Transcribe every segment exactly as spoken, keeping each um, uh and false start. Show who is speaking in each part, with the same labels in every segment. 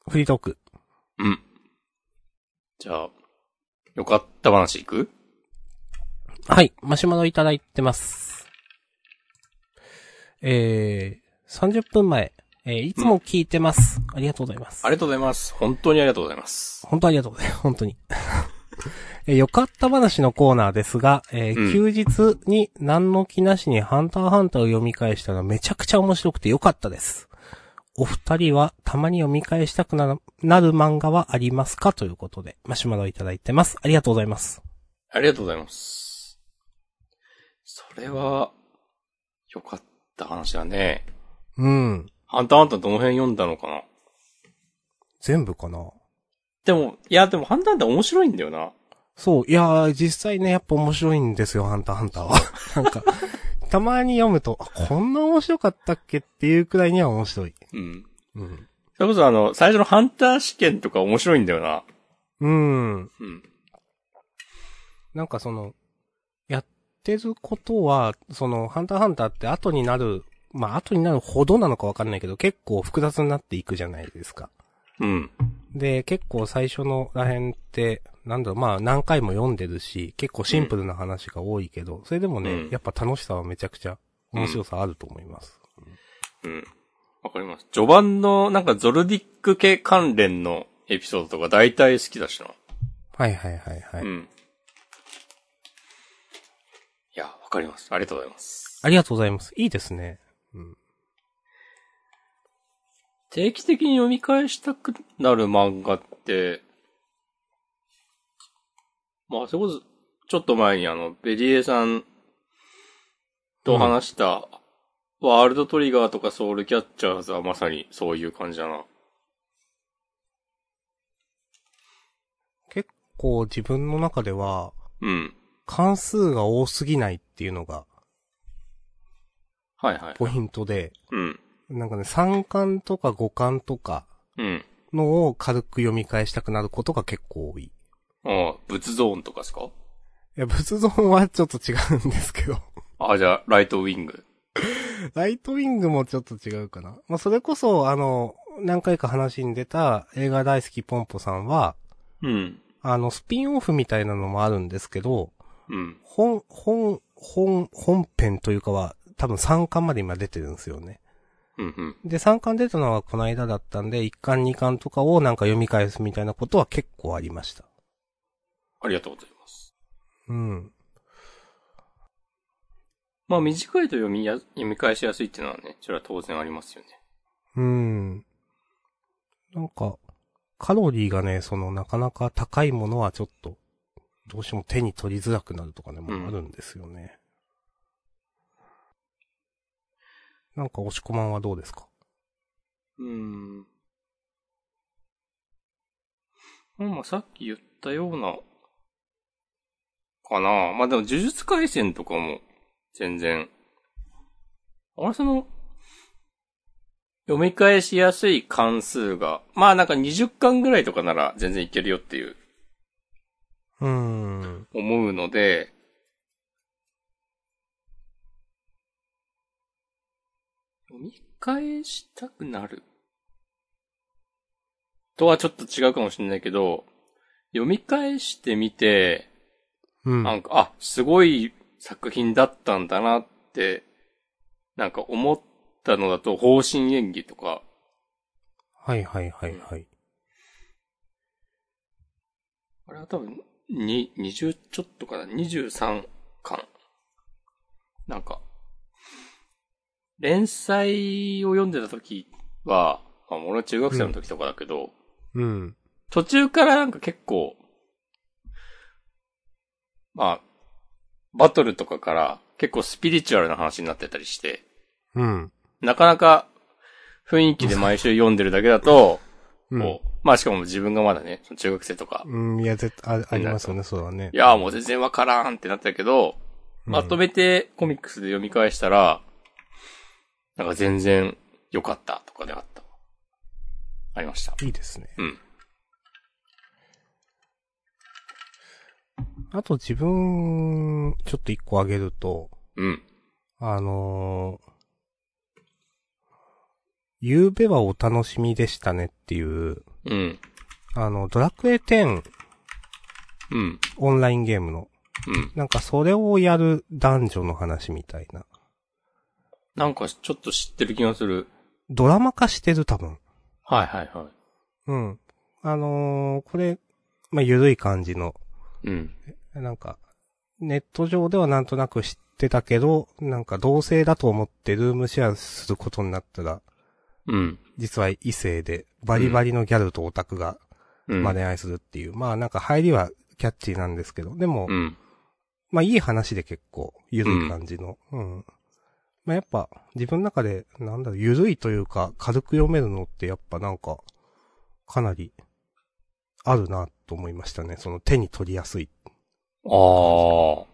Speaker 1: フリートーク。
Speaker 2: うん。じゃあ、よかった話いく？
Speaker 1: はい、マシュマロいただいてます。えー、さんじゅっぷんまえ、えー、いつも聞いてます、うん。ありがとうございます。
Speaker 2: ありがとうございます。本当にありがとうございます。
Speaker 1: 本当ありがとうございます。本当に。えー、よかった話のコーナーですが、えーうん、休日に何の気なしにハンターハンターを読み返したらめちゃくちゃ面白くてよかったです。お二人はたまに読み返したくなる、なる漫画はありますかということで、マシュマロいただいてます。ありがとうございます。
Speaker 2: ありがとうございます。それは、よかった話だね。
Speaker 1: うん。
Speaker 2: ハンターハンターどの辺読んだのかな？
Speaker 1: 全部かな？
Speaker 2: でも、いやでもハンターハンター面白いんだよな。
Speaker 1: そう、いやー、実際ね、やっぱ面白いんですよ、ハンターハンターは。なんか、たまに読むと、こんな面白かったっけっていうくらいには面白い。
Speaker 2: うん。
Speaker 1: うん。
Speaker 2: それこそあの、最初のハンター試験とか面白いんだよな。
Speaker 1: うん。うん。なんかその、やってることは、その、ハンターハンターって後になる、まあ後になるほどなのかわかんないけど、結構複雑になっていくじゃないですか。
Speaker 2: うん。
Speaker 1: で、結構最初のらへんって、なんだろう、まあ何回も読んでるし、結構シンプルな話が多いけど、うん、それでもね、うん、やっぱ楽しさはめちゃくちゃ面白さあると思います。
Speaker 2: うん。わ、うん、かります。序盤のなんかゾルディック系関連のエピソードとか大体好きだしな。
Speaker 1: はいはいはいはい。うん。
Speaker 2: いや、わかります。ありがとうございます。
Speaker 1: ありがとうございます。いいですね。うん。
Speaker 2: 定期的に読み返したくなる漫画って、まあ、それこそ、ちょっと前にあの、ベリエさんと話した、うん、ワールドトリガーとかソウルキャッチャーズはまさにそういう感じだな。
Speaker 1: 結構自分の中では、
Speaker 2: うん。
Speaker 1: 関数が多すぎないっていうのが、
Speaker 2: はいはい。
Speaker 1: ポイントで、
Speaker 2: うん。
Speaker 1: なんかね、さんかんとかごかんとか、のを軽く読み返したくなることが結構多い。
Speaker 2: ああ、仏ゾーンとかですか？い
Speaker 1: や、仏ゾーンはちょっと違うんですけど。
Speaker 2: ああ、じゃあ、ライトウィング。
Speaker 1: ライトウィングもちょっと違うかな。まあ、それこそ、あの、何回か話に出た映画大好きポンポさんは、
Speaker 2: うん。
Speaker 1: あの、スピンオフみたいなのもあるんですけど、
Speaker 2: うん。
Speaker 1: 本、本、本、本編というかは、多分さんかんまで今出てるんですよね。
Speaker 2: うんうん。
Speaker 1: で、さんかん出たのはこの間だったんで、いっかんにかんとかをなんか読み返すみたいなことは結構ありました。
Speaker 2: ありがとうございます。
Speaker 1: うん。
Speaker 2: まあ短いと読みや、読み返しやすいっていうのはね、それは当然ありますよね。
Speaker 1: うん。なんか、カロリーがね、そのなかなか高いものはちょっと、どうしても手に取りづらくなるとかね、もうあるんですよね。うん、なんか押し込まんはどうですか？
Speaker 2: うーん。まあさっき言ったような、かな。まあでも呪術廻戦とかも、全然。あれその、読み返しやすい関数が、まあなんかにじゅっかんぐらいとかなら全然いけるよっていう。
Speaker 1: うーん。
Speaker 2: 思うので、読み返したくなる。とはちょっと違うかもしれないけど、読み返してみて、
Speaker 1: うん、
Speaker 2: なんか、あ、すごい作品だったんだなって、なんか思ったのだと、方針演技とか。
Speaker 1: はいはいはいはい。うん、
Speaker 2: あれは多分、に、にじゅうちょっとかな ?にじゅうさんかん。なんか、連載を読んでた時は、まあ、俺は中学生の時とかだけど、
Speaker 1: うん。うん、
Speaker 2: 途中からなんか結構、まあ、バトルとかから結構スピリチュアルな話になってたりして、
Speaker 1: うん。
Speaker 2: なかなか雰囲気で毎週読んでるだけだと、
Speaker 1: うん、
Speaker 2: こう、まあしかも自分がまだね、中学生とか。
Speaker 1: うん、いや、絶対、あ、ありますよね、そうだね。
Speaker 2: いや、もう全然わからんってなったけど、うん、まとめてコミックスで読み返したら、なんか全然良かったとかであった。ありました。
Speaker 1: いいですね。
Speaker 2: うん。
Speaker 1: あと自分、ちょっと一個挙げると、
Speaker 2: うん。
Speaker 1: あのー、 夕べはお楽しみでしたねっていう、
Speaker 2: うん。
Speaker 1: あの、ドラクエテン、
Speaker 2: うん。
Speaker 1: オンラインゲームの、
Speaker 2: うん。
Speaker 1: なんかそれをやる男女の話みたいな。
Speaker 2: なんかちょっと知ってる気がする。
Speaker 1: ドラマ化してる多分。
Speaker 2: はいはいはい。
Speaker 1: うん。あのー、これ、まあ、ゆるい感じの。
Speaker 2: うん。
Speaker 1: なんか、ネット上ではなんとなく知ってたけど、なんか同性だと思ってルームシェアすることになったら、
Speaker 2: うん。
Speaker 1: 実は異性で、バリバリのギャルとオタクが、まあ恋愛するっていう。うん、まあなんか入りはキャッチーなんですけど、でも、
Speaker 2: うん、
Speaker 1: まあいい話で結構、ゆるい感じの。うん。うん、まあやっぱ、自分の中で、なんだろう、ゆるいというか、軽く読めるのってやっぱなんか、かなり、あるなと思いましたね。その手に取りやすい。
Speaker 2: ああ。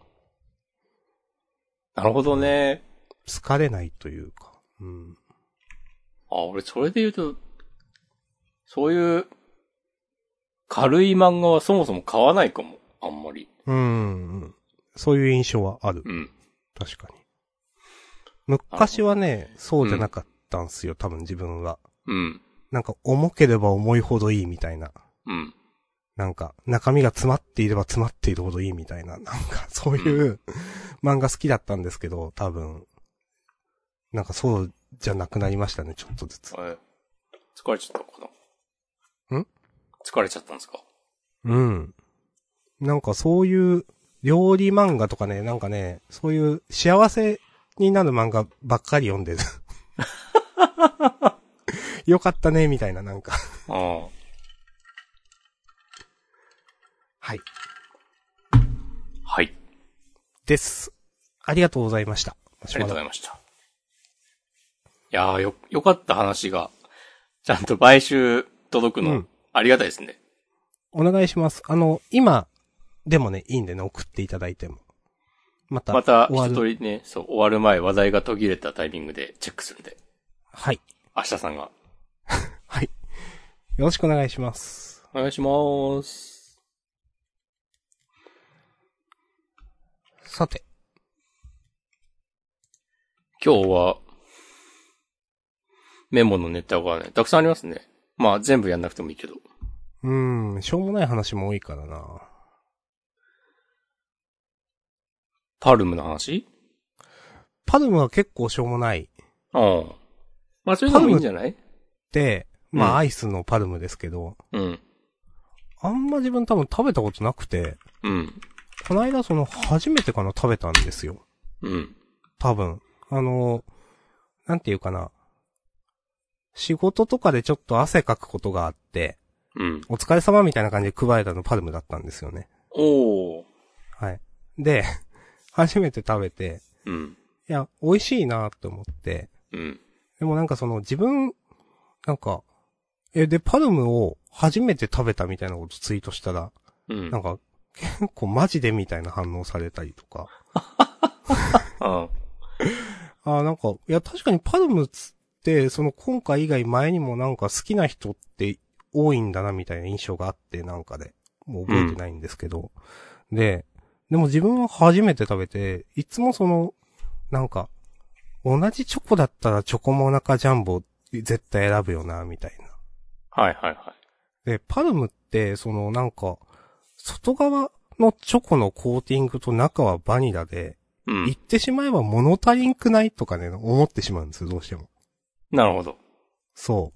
Speaker 2: なるほどね。
Speaker 1: 疲れないというか。うん。
Speaker 2: あ、俺それで言うと、そういう、軽い漫画はそもそも買わないかも。あんまり。
Speaker 1: うん。そういう印象はある。
Speaker 2: うん。
Speaker 1: 確かに。昔はね、そうじゃなかったんすよ、うん、多分自分は。
Speaker 2: うん。
Speaker 1: なんか重ければ重いほどいいみたいな。
Speaker 2: うん。
Speaker 1: なんか、中身が詰まっていれば詰まっているほどいいみたいな。なんか、そういう、うん、漫画好きだったんですけど、多分。なんかそうじゃなくなりましたね、ちょっとずつ。
Speaker 2: え、疲れちゃったのかな？
Speaker 1: ん？
Speaker 2: 疲れちゃったんですか？
Speaker 1: うん。なんかそういう料理漫画とかね、なんかね、そういう幸せになる漫画ばっかり読んでる。よかったね、みたいな、なんか。
Speaker 2: ああ。
Speaker 1: はい。
Speaker 2: はい。
Speaker 1: です。ありがとうございました。
Speaker 2: ありがとうございました。いやー、よ、よかった話が、ちゃんと買収届くの、うん、ありがたいですね。
Speaker 1: お願いします。あの、今、でもね、いいんでね、送っていただいても。また、
Speaker 2: また、一通りね、そう、終わる前、話題が途切れたタイミングでチェックするんで。
Speaker 1: はい。
Speaker 2: 明日さんが。
Speaker 1: はい。よろしくお願いします。
Speaker 2: お願いします。
Speaker 1: さて。
Speaker 2: 今日は、メモのネタがね、たくさんありますね。まあ、全部やんなくてもいいけど。
Speaker 1: うーん、しょうもない話も多いからな。
Speaker 2: パルムの話？
Speaker 1: パルムは結構しょうもない。
Speaker 2: ああ。まあ、そういうのもいいんじゃない？
Speaker 1: で、まあ、うん、アイスのパルムですけど。
Speaker 2: うん。
Speaker 1: あんま自分多分食べたことなくて。
Speaker 2: うん。
Speaker 1: この間その、初めてかな食べたんですよ。
Speaker 2: うん。
Speaker 1: 多分。あの、なんていうかな。仕事とかでちょっと汗かくことがあって。
Speaker 2: うん。
Speaker 1: お疲れ様みたいな感じで配られたのパルムだったんですよね。
Speaker 2: おー。
Speaker 1: はい。で、初めて食べて。
Speaker 2: うん。
Speaker 1: いや、美味しいなって思って。
Speaker 2: うん。
Speaker 1: でもなんかその自分、なんか、え、で、パルムを初めて食べたみたいなことツイートしたら、
Speaker 2: うん。
Speaker 1: なんか、結構マジでみたいな反応されたりとか。
Speaker 2: あ
Speaker 1: あ、なんか、いや、確かにパルムつって、その今回以外前にもなんか好きな人って多いんだなみたいな印象があって、なんかで。もう覚えてないんですけど。うん、で、でも自分は初めて食べて、いつもその、なんか、同じチョコだったらチョコモナカジャンボ絶対選ぶよな、みたいな。
Speaker 2: はいはいはい。
Speaker 1: で、パルムって、そのなんか、外側のチョコのコーティングと中はバニラで、
Speaker 2: うん、
Speaker 1: 言ってしまえば物足りんくないとかね、思ってしまうんですよ、どうしても。
Speaker 2: なるほど。
Speaker 1: そう。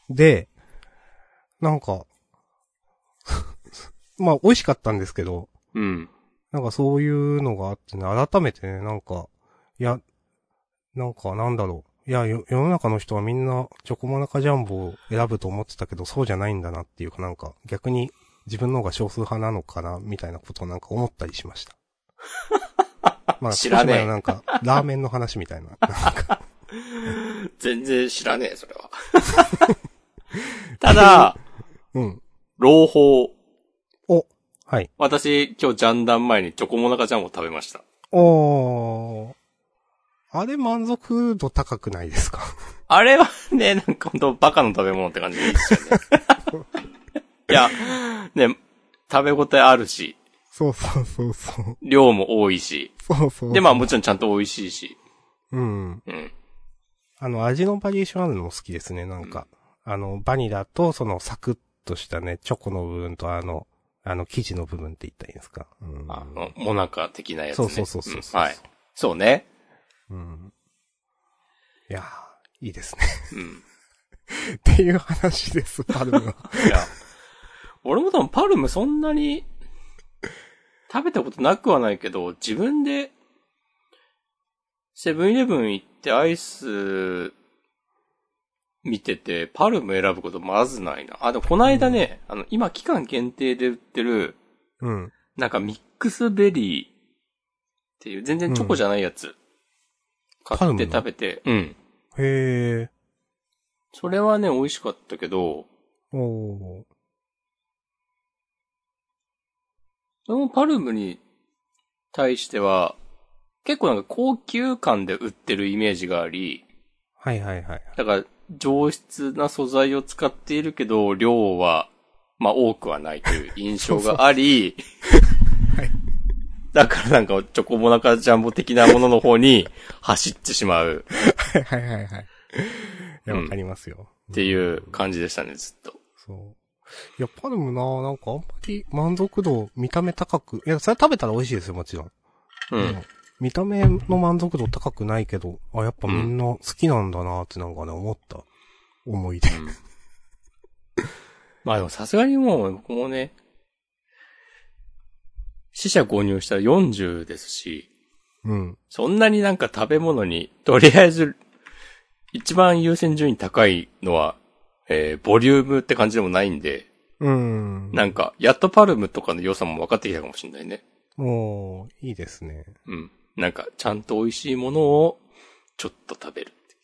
Speaker 1: で、なんか、まあ美味しかったんですけど、
Speaker 2: うん。
Speaker 1: なんかそういうのがあってね、改めてね、なんか、いや、なんかなんだろう。いや、世の中の人はみんなチョコモナカジャンボを選ぶと思ってたけど、そうじゃないんだなっていうかなんか、逆に自分の方が少数派なのかな、みたいなことをなんか思ったりしました。まあ、
Speaker 2: 知らねえ。
Speaker 1: なんか、ラーメンの話みたいな。なんか
Speaker 2: 全然知らねえ、それは。ただ、
Speaker 1: うん。
Speaker 2: 朗報。
Speaker 1: お、はい。
Speaker 2: 私、今日ジャンダン前にチョコモナカジャンボ食べました。
Speaker 1: おー。あれ満足度高くないですか？
Speaker 2: あれはね、なんかほんとバカの食べ物って感じでいいですよね。いや、ね、食べ応えあるし。
Speaker 1: そうそうそうそう。
Speaker 2: 量も多いし。
Speaker 1: そうそうそう。
Speaker 2: で、まあもちろんちゃんと美味しいし。
Speaker 1: うん。
Speaker 2: うん。
Speaker 1: あの、味のバリエーションあるのも好きですね、なんか。うん、あの、バニラと、その、サクッとしたね、チョコの部分と、あの、あの、生地の部分って言ったらいいんですか。うん、
Speaker 2: あの、モナカ的なやつね。
Speaker 1: そうそうそうそう、
Speaker 2: うん。はい。そうね。
Speaker 1: うん。いやー、いいですね。
Speaker 2: うん。
Speaker 1: っていう話です、パルムは。
Speaker 2: いや、俺も多分パルムそんなに、食べたことなくはないけど、自分で、セブンイレブン行ってアイス、見てて、パルム選ぶことまずないな。あ、でもこの間ね、うん、あの、今期間限定で売ってる、
Speaker 1: うん。
Speaker 2: なんかミックスベリーっていう、全然チョコじゃないやつ、うん、買って食べて、うん。
Speaker 1: へー。
Speaker 2: それはね、美味しかったけど、
Speaker 1: おー。
Speaker 2: そのパルムに対しては、結構なんか高級感で売ってるイメージがあり、
Speaker 1: はいはいはい。
Speaker 2: だから、上質な素材を使っているけど、量は、まあ多くはないという印象があり、はい、だからなんかチョコモナカジャンボ的なものの方に走ってしまう。
Speaker 1: はいはいはいはい。いや、わかりますよ、
Speaker 2: うん。っていう感じでしたね、ずっと。
Speaker 1: そう。いや、パルムなぁ、なんかあんまり満足度、見た目高く、いや、それ食べたら美味しいですよ、もちろん。
Speaker 2: うん。
Speaker 1: 見た目の満足度高くないけど、あ、やっぱみんな好きなんだなってなんかね、思った思い出。うん、
Speaker 2: まあでもさすがにもう、僕もね、死者購入したらよんじゅうですし、
Speaker 1: うん。
Speaker 2: そんなになんか食べ物に、とりあえず、一番優先順位高いのは、えー、ボリュームって感じでもないんで、
Speaker 1: うん。
Speaker 2: なんか、やっとパルムとかの良さも分かってきたかもしれないね。
Speaker 1: おー、いいですね。
Speaker 2: うん。なんか、ちゃんと美味しいものを、ちょっと食べるっていう。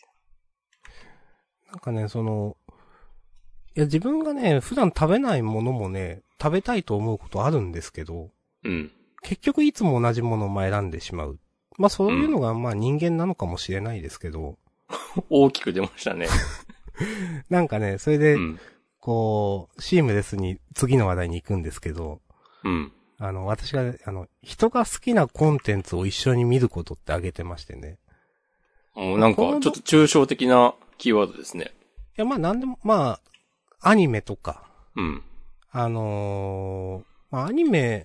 Speaker 1: なんかね、その、いや、自分がね、普段食べないものもね、食べたいと思うことあるんですけど、
Speaker 2: うん。
Speaker 1: 結局いつも同じものを選んでしまう。まあそういうのがまあ人間なのかもしれないですけど。
Speaker 2: うん、大きく出ましたね。
Speaker 1: なんかね、それで、
Speaker 2: うん、
Speaker 1: こう、シームレスに次の話題に行くんですけど、
Speaker 2: うん。
Speaker 1: あの、私が、あの、人が好きなコンテンツを一緒に見ることって挙げてましてね。
Speaker 2: もうなんか、ちょっと抽象的なキーワードですね。
Speaker 1: いや、まあなんでも、まあ、アニメとか。
Speaker 2: うん。
Speaker 1: あのー、まあアニメ、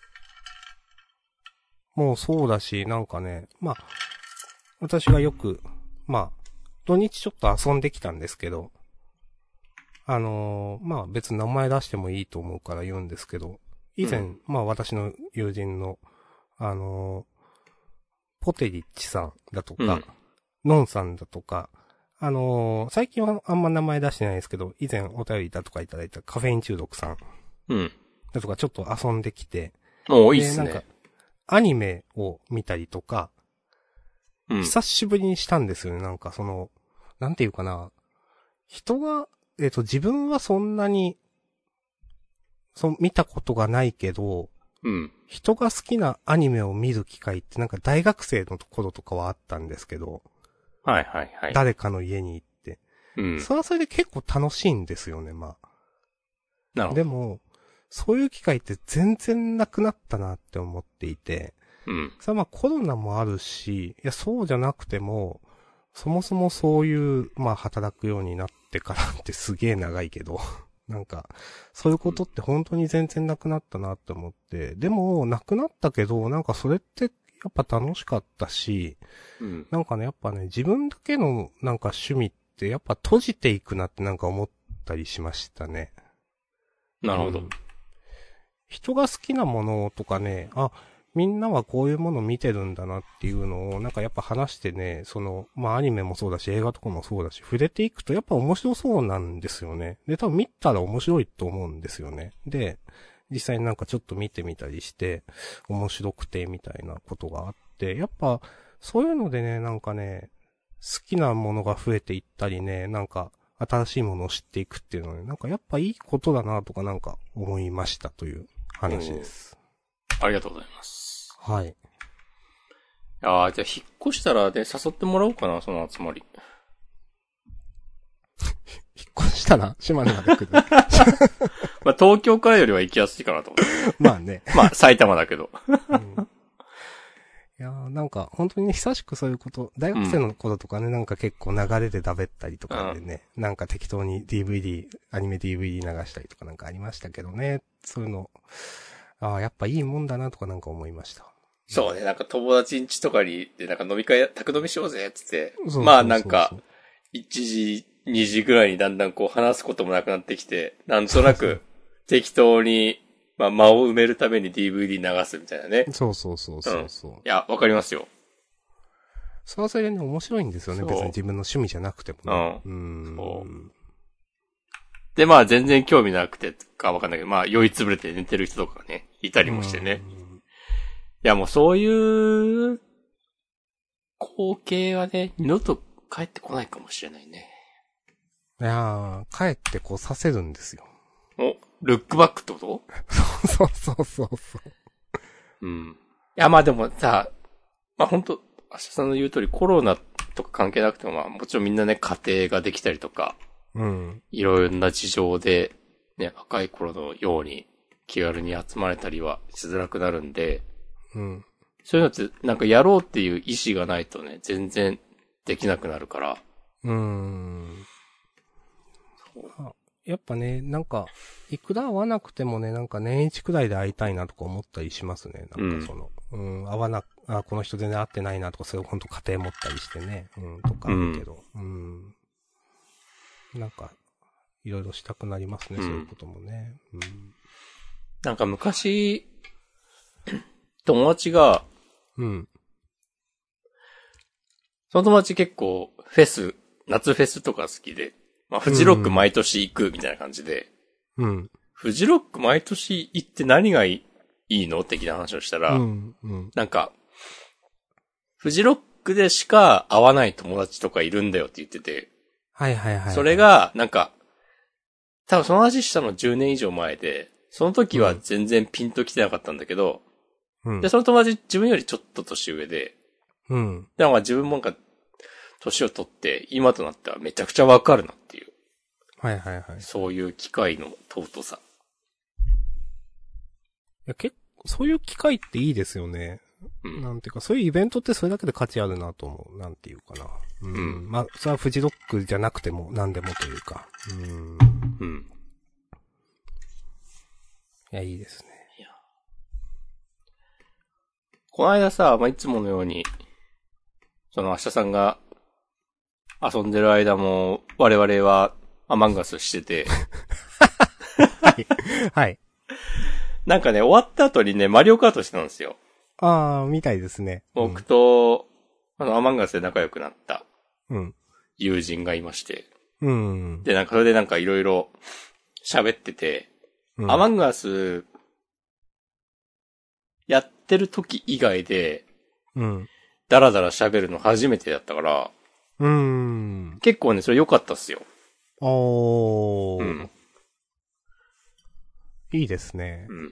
Speaker 1: もうそうだし、なんかね、まあ、私がよく、まあ、土日ちょっと遊んできたんですけど、あのー、まあ別に名前出してもいいと思うから言うんですけど、以前、うん、まあ私の友人の、あのー、ポテリッチさんだとか、うん、ノンさんだとか、あのー、最近はあんま名前出してないですけど、以前お便りだとかいただいたカフェイン中毒さん。
Speaker 2: うん。
Speaker 1: だとかちょっと遊んできて。
Speaker 2: おー、いいっすね。
Speaker 1: なんか、アニメを見たりとか、うん、久しぶりにしたんですよね。なんかその、なんていうかな。人が、えっと、自分はそんなに、そ、見たことがないけど、
Speaker 2: うん。
Speaker 1: 人が好きなアニメを見る機会ってなんか大学生の頃とかはあったんですけど、
Speaker 2: はいはいはい。
Speaker 1: 誰かの家に行って。
Speaker 2: うん。
Speaker 1: それはそれで結構楽しいんですよね、まあ。
Speaker 2: なるほど。
Speaker 1: でも、そういう機会って全然なくなったなって思っていて、
Speaker 2: うん。
Speaker 1: それはまあコロナもあるし、いやそうじゃなくても、そもそもそういう、まあ働くようになってからってすげえ長いけど、なんか、そういうことって本当に全然なくなったなって思って、でも、なくなったけど、なんかそれってやっぱ楽しかったし、
Speaker 2: うん、
Speaker 1: なんかね、やっぱね、自分だけのなんか趣味ってやっぱ閉じていくなってなんか思ったりしましたね。
Speaker 2: なるほど。うん、
Speaker 1: 人が好きなものとかね、あ、みんなはこういうもの見てるんだなっていうのを、なんかやっぱ話してね、その、まあアニメもそうだし、映画とかもそうだし、触れていくとやっぱ面白そうなんですよね。で、多分見たら面白いと思うんですよね。で、実際になんかちょっと見てみたりして、面白くてみたいなことがあって、やっぱ、そういうのでね、なんかね、好きなものが増えていったりね、なんか、新しいものを知っていくっていうのはね、なんかやっぱいいことだなとかなんか思いましたという話です。
Speaker 2: ありがとうございます。
Speaker 1: はい。
Speaker 2: ああ、じゃあ引っ越したらね、誘ってもらおうかな、その集まり。
Speaker 1: 引っ越したら島根まで来る。
Speaker 2: まあ東京からよりは行きやすいかなと思って。
Speaker 1: まあね。
Speaker 2: まあ埼玉だけど。
Speaker 1: うん、いいやーなんか、本当にね、久しくそういうこと、大学生の頃とかね、うん、なんか結構流れでだべったりとかでね、うん、なんか適当に ディーブイディー、アニメ ディーブイディー 流したりとかなんかありましたけどね、そういうの、ああ、やっぱいいもんだなとかなんか思いました。
Speaker 2: そうね、なんか友達ん家とかに、でなんか飲み会、宅飲みしようぜ、つって、そうそうそうそうまあなんか、いちじ、にじぐらいにだんだんこう話すこともなくなってきて、なんとなく適当に、まあ間を埋めるために ディーブイディー 流すみたいなね。
Speaker 1: そうそうそうそうそう、うん。
Speaker 2: いや、わかりますよ。
Speaker 1: それはそれでね、面白いんですよね。別に自分の趣味じゃなくてもね。うん。うん
Speaker 2: そうで、まあ全然興味なくてかわかんないけど、まあ酔いつぶれて寝てる人とかね、いたりもしてね。いやもうそういう光景はね、二度と帰ってこないかもしれないね。
Speaker 1: いやー、帰ってこさせるんですよ。
Speaker 2: お、ルックバックってこと
Speaker 1: そうそうそうそう。
Speaker 2: うん。いやまあでもさ、まあ本当明日さんの言う通りコロナとか関係なくてもまあもちろんみんなね家庭ができたりとか、
Speaker 1: うん。
Speaker 2: いろいろな事情でね、若い頃のように気軽に集まれたりはしづらくなるんで、
Speaker 1: うん。
Speaker 2: そういうのってなんかやろうっていう意志がないとね、全然できなくなるから。
Speaker 1: うーん。やっぱね、なんか、いくら会わなくてもね、なんか年一くらいで会いたいなとか思ったりしますね。なんかその、うん、うん、会わな、あ、この人全然会ってないなとか、それを本当家庭持ったりしてね、うん、とかあるけど、うん。うんなんか、いろいろしたくなりますね、うん、そういうこともね。うん、
Speaker 2: なんか昔、友達が、
Speaker 1: うん。
Speaker 2: その友達結構フェス、夏フェスとか好きで、まあフジロック毎年行くみたいな感じで、
Speaker 1: うん。
Speaker 2: フジロック毎年行って何がいいの的な話をしたら、
Speaker 1: うんうん、
Speaker 2: なんか、フジロックでしか会わない友達とかいるんだよって言ってて、
Speaker 1: はいはいはい、はい。
Speaker 2: それが、なんか、多分その話したのじゅうねん以上前で、その時は全然ピンと来てなかったんだけど、うん、で、その友達自分よりちょっと年上で、
Speaker 1: うん。
Speaker 2: でも自分もなんか、年を取って、今となってはめちゃくちゃわかるなっていう。
Speaker 1: はいはいはい。
Speaker 2: そういう機会の尊さ。
Speaker 1: いや、結構、そういう機会っていいですよね。うん、なんていうか、そういうイベントってそれだけで価値あるなと思う。なんていうかな。うん。うん、まあ、それはフジロックじゃなくても何でもというか。うん。
Speaker 2: うん。
Speaker 1: いや、いいですね。いや。
Speaker 2: この間さ、まあ、いつものように、その明日さんが遊んでる間も、我々はアマンガスしてて。
Speaker 1: はい。はい。
Speaker 2: なんかね、終わった後にね、マリオカートしてたんですよ。
Speaker 1: ああ、みたいですね。
Speaker 2: 僕と、うん、あの、アマンガスで仲良くなった。
Speaker 1: うん。
Speaker 2: 友人がいまして。
Speaker 1: うん。
Speaker 2: で、なんかそれでなんかいろいろ喋ってて、うん、アマンガス、やってる時以外で、
Speaker 1: うん。
Speaker 2: ダラダラ喋るの初めてだったから、
Speaker 1: うーん。
Speaker 2: 結構ね、それ良かったっすよ。
Speaker 1: おー。
Speaker 2: うん。
Speaker 1: いいですね。
Speaker 2: うん。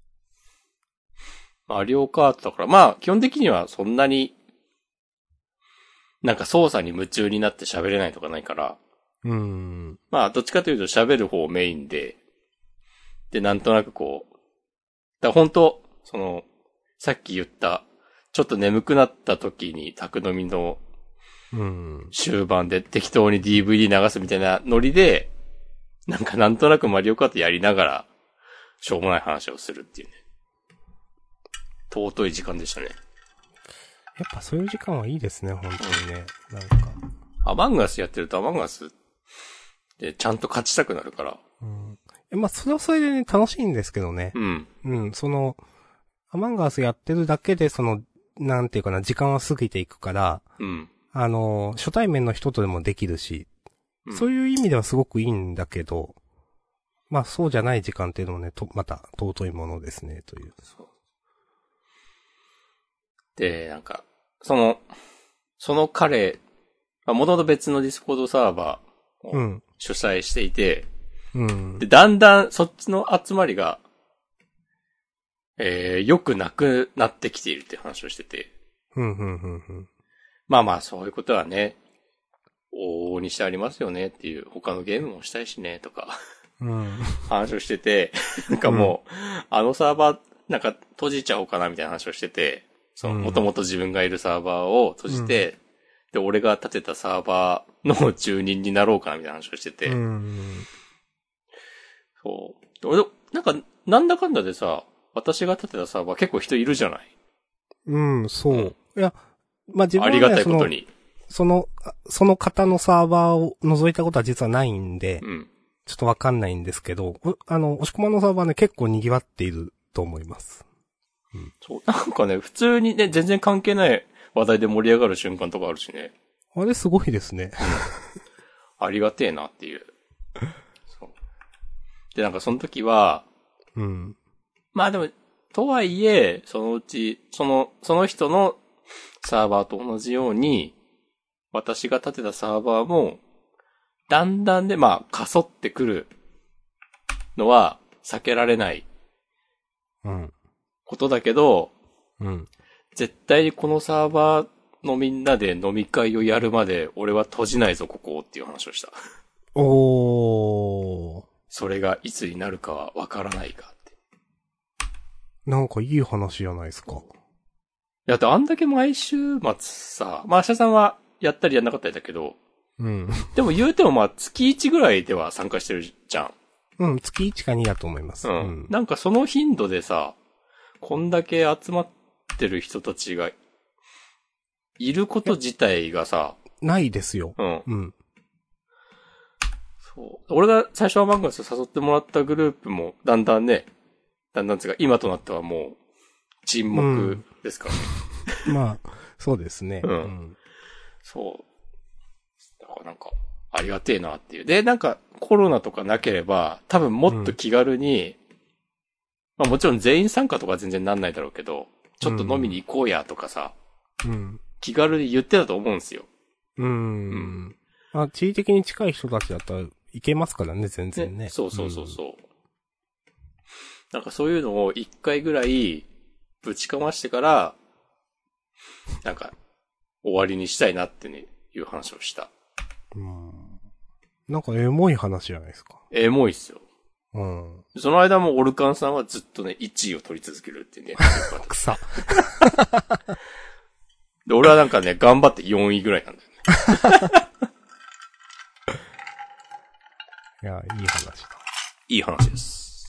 Speaker 2: マリオカートだから、まあ、基本的にはそんなに、なんか操作に夢中になって喋れないとかないから、
Speaker 1: うーん。
Speaker 2: まあ、どっちかというと喋る方メインで、で、なんとなくこう、だから本当その、さっき言った、ちょっと眠くなった時に宅飲みの終盤で適当に ディーブイディー 流すみたいなノリで、なんかなんとなくマリオカートやりながら、しょうもない話をするっていうね。尊い時間でしたね。やっ
Speaker 1: ぱそういう時間はいいですね、本当にね。なんか。
Speaker 2: アマンガスやってるとアマンガスでちゃんと勝ちたくなるから。
Speaker 1: うん。え、まあ、それはそれでね、楽しいんですけどね。
Speaker 2: うん。
Speaker 1: うん、その、アマンガスやってるだけで、その、なんていうかな、時間は過ぎていくから、
Speaker 2: うん。
Speaker 1: あの、初対面の人とでもできるし、うん、そういう意味ではすごくいいんだけど、まあそうじゃない時間っていうのもね、と、また尊いものですね、という。
Speaker 2: そう。で、なんか、その、その彼、もともと別のディスコードサーバーを主催していて、
Speaker 1: うん、
Speaker 2: で、だんだんそっちの集まりが、えー、よくなくなってきているって話をしてて。
Speaker 1: ふんふんふんふん。
Speaker 2: まあまあ、そういうことはね、往々にしてありますよねっていう、他のゲームもしたいしね、とか、
Speaker 1: うん、
Speaker 2: 話をしてて、なんかもう、うん、あのサーバー、なんか閉じちゃおうかなみたいな話をしてて、 その、もともと自分がいるサーバーを閉じて、うん、で、俺が立てたサーバーの住人になろうかなみたいな話をしてて。うん、そう。俺、なんか、なんだかんだでさ、私が立てたサーバー結構人いるじゃない？
Speaker 1: うん、そう。うん、いや、まあ、自分は、ね、
Speaker 2: ありがたいことに。
Speaker 1: その、その方のサーバーを除いたことは実はないんで、
Speaker 2: うん、
Speaker 1: ちょっとわかんないんですけど、あの、押し込まのサーバーね、結構賑わっていると思います。
Speaker 2: うん、そう。なんかね、普通にね、全然関係ない話題で盛り上がる瞬間とかあるしね。
Speaker 1: あれすごいですね。
Speaker 2: ありがてえなっていう。そう。で、なんかその時は、
Speaker 1: うん。
Speaker 2: まあでも、とはいえ、そのうち、その、その人のサーバーと同じように、私が立てたサーバーも、だんだんで、まあ、かそってくるのは避けられないことだけど、
Speaker 1: うん、
Speaker 2: 絶対にこのサーバーのみんなで飲み会をやるまで俺は閉じないぞここっていう話をした。
Speaker 1: おー。
Speaker 2: それがいつになるかはわからないかって。
Speaker 1: なんかいい話じゃないですか。
Speaker 2: だってあんだけ毎週末さ、まあ、明日さんはやったりやんなかったりだけど、
Speaker 1: うん。
Speaker 2: でも言うてもまあ月いちぐらいでは参加してるじゃん。
Speaker 1: うん、月いちかにだと思います。
Speaker 2: うん。うん、なんかその頻度でさ、こんだけ集まってる人たちがいること自体がさ、
Speaker 1: ないですよ。
Speaker 2: うん。
Speaker 1: うん。
Speaker 2: そう。俺が最初はマンガス誘ってもらったグループもだんだんね、だんだんつうか今となってはもう沈黙ですからね。
Speaker 1: うん、まあ、そうですね。
Speaker 2: うん。うん、そう。だからなんか、ありがてえなっていう。で、なんかコロナとかなければ、多分もっと気軽に、うん、まあもちろん全員参加とか全然なんないだろうけど、ちょっと飲みに行こうやとかさ、
Speaker 1: うん、
Speaker 2: 気軽に言ってたと思うんですよ。
Speaker 1: うん。うん。まあ、地理的に近い人たちだったらいけますからね、全然ね。
Speaker 2: ね、そうそうそうそう。うん、なんかそういうのを一回ぐらいぶちかましてから、なんか終わりにしたいなってね、いう話をした。
Speaker 1: うん。なんかエモい話じゃないですか。
Speaker 2: エモいっすよ。
Speaker 1: うん。
Speaker 2: その間もオルカンさんはずっとね、いちいを取り続けるってね。
Speaker 1: 草。
Speaker 2: で、俺はなんかね、頑張ってよんいぐらいなんだよね。
Speaker 1: いや、いい話だ。
Speaker 2: いい話です。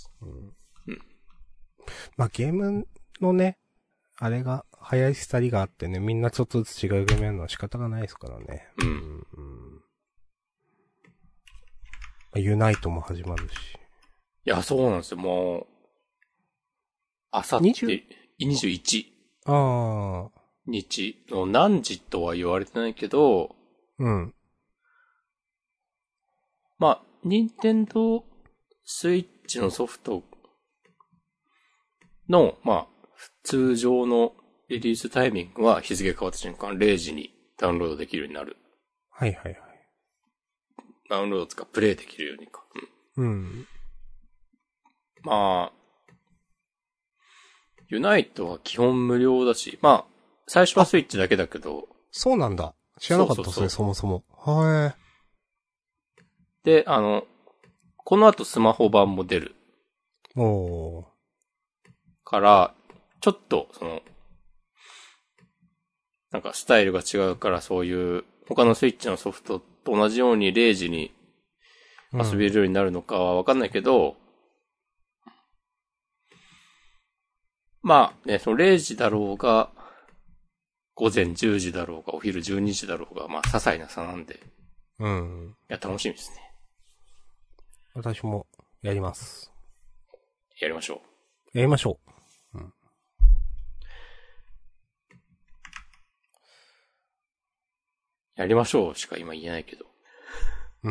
Speaker 2: うん。うん。
Speaker 1: まあ、ゲームのね、あれが、流行りしたりがあってね、みんなちょっとずつ違うゲームやるのは仕方がないですからね。
Speaker 2: うん。
Speaker 1: うんうん、まあ、ユナイトも始まるし。
Speaker 2: いや、そうなんですよ、もう。あさって、にじゅういち。
Speaker 1: ああ。
Speaker 2: 日の何時とは言われてないけど、
Speaker 1: うん。
Speaker 2: まあ、ニンテンドースイッチのソフトの、まあ、通常のリリースタイミングは日付変わった瞬間れいじにダウンロードできるようになる。
Speaker 1: はいはいはい。
Speaker 2: ダウンロードつかプレイできるようにか。
Speaker 1: うん。うん、
Speaker 2: まあ、ユナイトは基本無料だし、まあ、最初はスイッチだけだけど。
Speaker 1: そうなんだ。知らなかったですね、そもそも。はい。
Speaker 2: で、あの、この後スマホ版も出る。
Speaker 1: おー。
Speaker 2: から、ちょっと、その、なんかスタイルが違うからそういう他のスイッチのソフトと同じようにれいじに遊べるようになるのかはわかんないけど、うん、まあね、そのれいじだろうが、午前じゅうじだろうが、お昼じゅうにじだろうが、まあ些細な差なんで。
Speaker 1: うん。
Speaker 2: いや、楽しみですね。
Speaker 1: 私もやります。
Speaker 2: やりましょ
Speaker 1: う。やりましょう。うん。
Speaker 2: やりましょうしか今言えないけど。
Speaker 1: うん。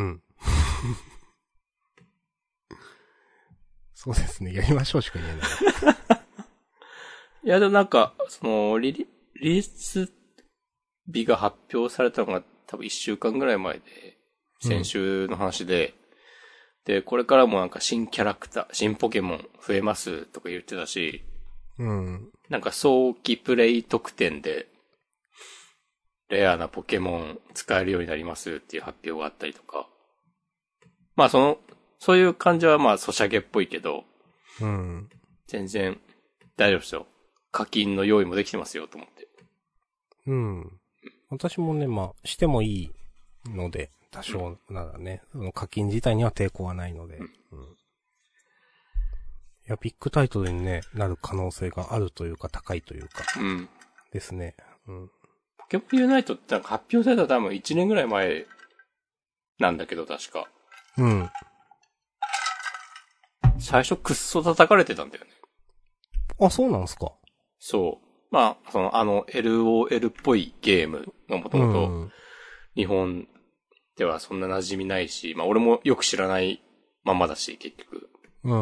Speaker 1: そうですね。やりましょうしか言えない。
Speaker 2: いや、でもなんか、その、リリ、リリース日が発表されたのが多分いっしゅうかんぐらい前で、先週の話で、うん、で、これからもなんか新キャラクター、新ポケモン増えますとか言ってたし、
Speaker 1: うん。
Speaker 2: なんか早期プレイ特典で、レアなポケモン使えるようになりますっていう発表があったりとか。まあその、そういう感じはまあソシャゲっぽいけど、
Speaker 1: うん。
Speaker 2: 全然大丈夫ですよ。 課金の用意もできてますよと思って。
Speaker 1: うん。私もね、まあ、してもいいので、多少ならね、その課金自体には抵抗はないので。うん。うん、いや、ビッグタイトルにね、なる可能性があるというか、高いというか。
Speaker 2: うん。
Speaker 1: ですね。うん。
Speaker 2: ポケモンユナイトってなんか発表されたら多分いちねんぐらい前なんだけど、確か。
Speaker 1: うん。
Speaker 2: 最初くっそ叩かれてたんだよね。
Speaker 1: あ、そうなんすか。
Speaker 2: そう。まあ、その、あの、エルオーエル っぽいゲームがもともと、日本ではそんな馴染みないし、まあ俺もよく知らないままだし、結局。
Speaker 1: うん。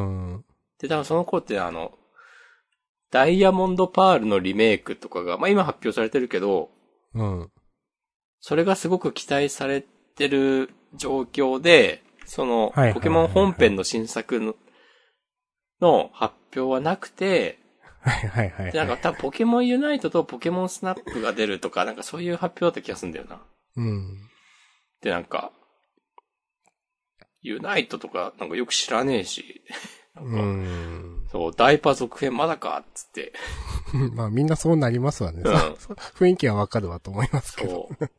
Speaker 2: で、多分その頃ってあの、ダイヤモンドパールのリメイクとかが、まあ今発表されてるけど、
Speaker 1: うん。
Speaker 2: それがすごく期待されてる状況で、その、ポケモン本編の新作の、の発表はなくて、
Speaker 1: はいはいはい、はい。
Speaker 2: で、なんか多分ポケモンユナイトとポケモンスナップが出るとか、なんかそういう発表だった気がするんだよな。
Speaker 1: うん。
Speaker 2: で、なんか、ユナイトとかなんかよく知らねえし、なんか、うん、そう、ダイパ続編まだかっつって。
Speaker 1: まあみんなそうなりますわね。うん、雰囲気はわかるわと思いますけど。そう。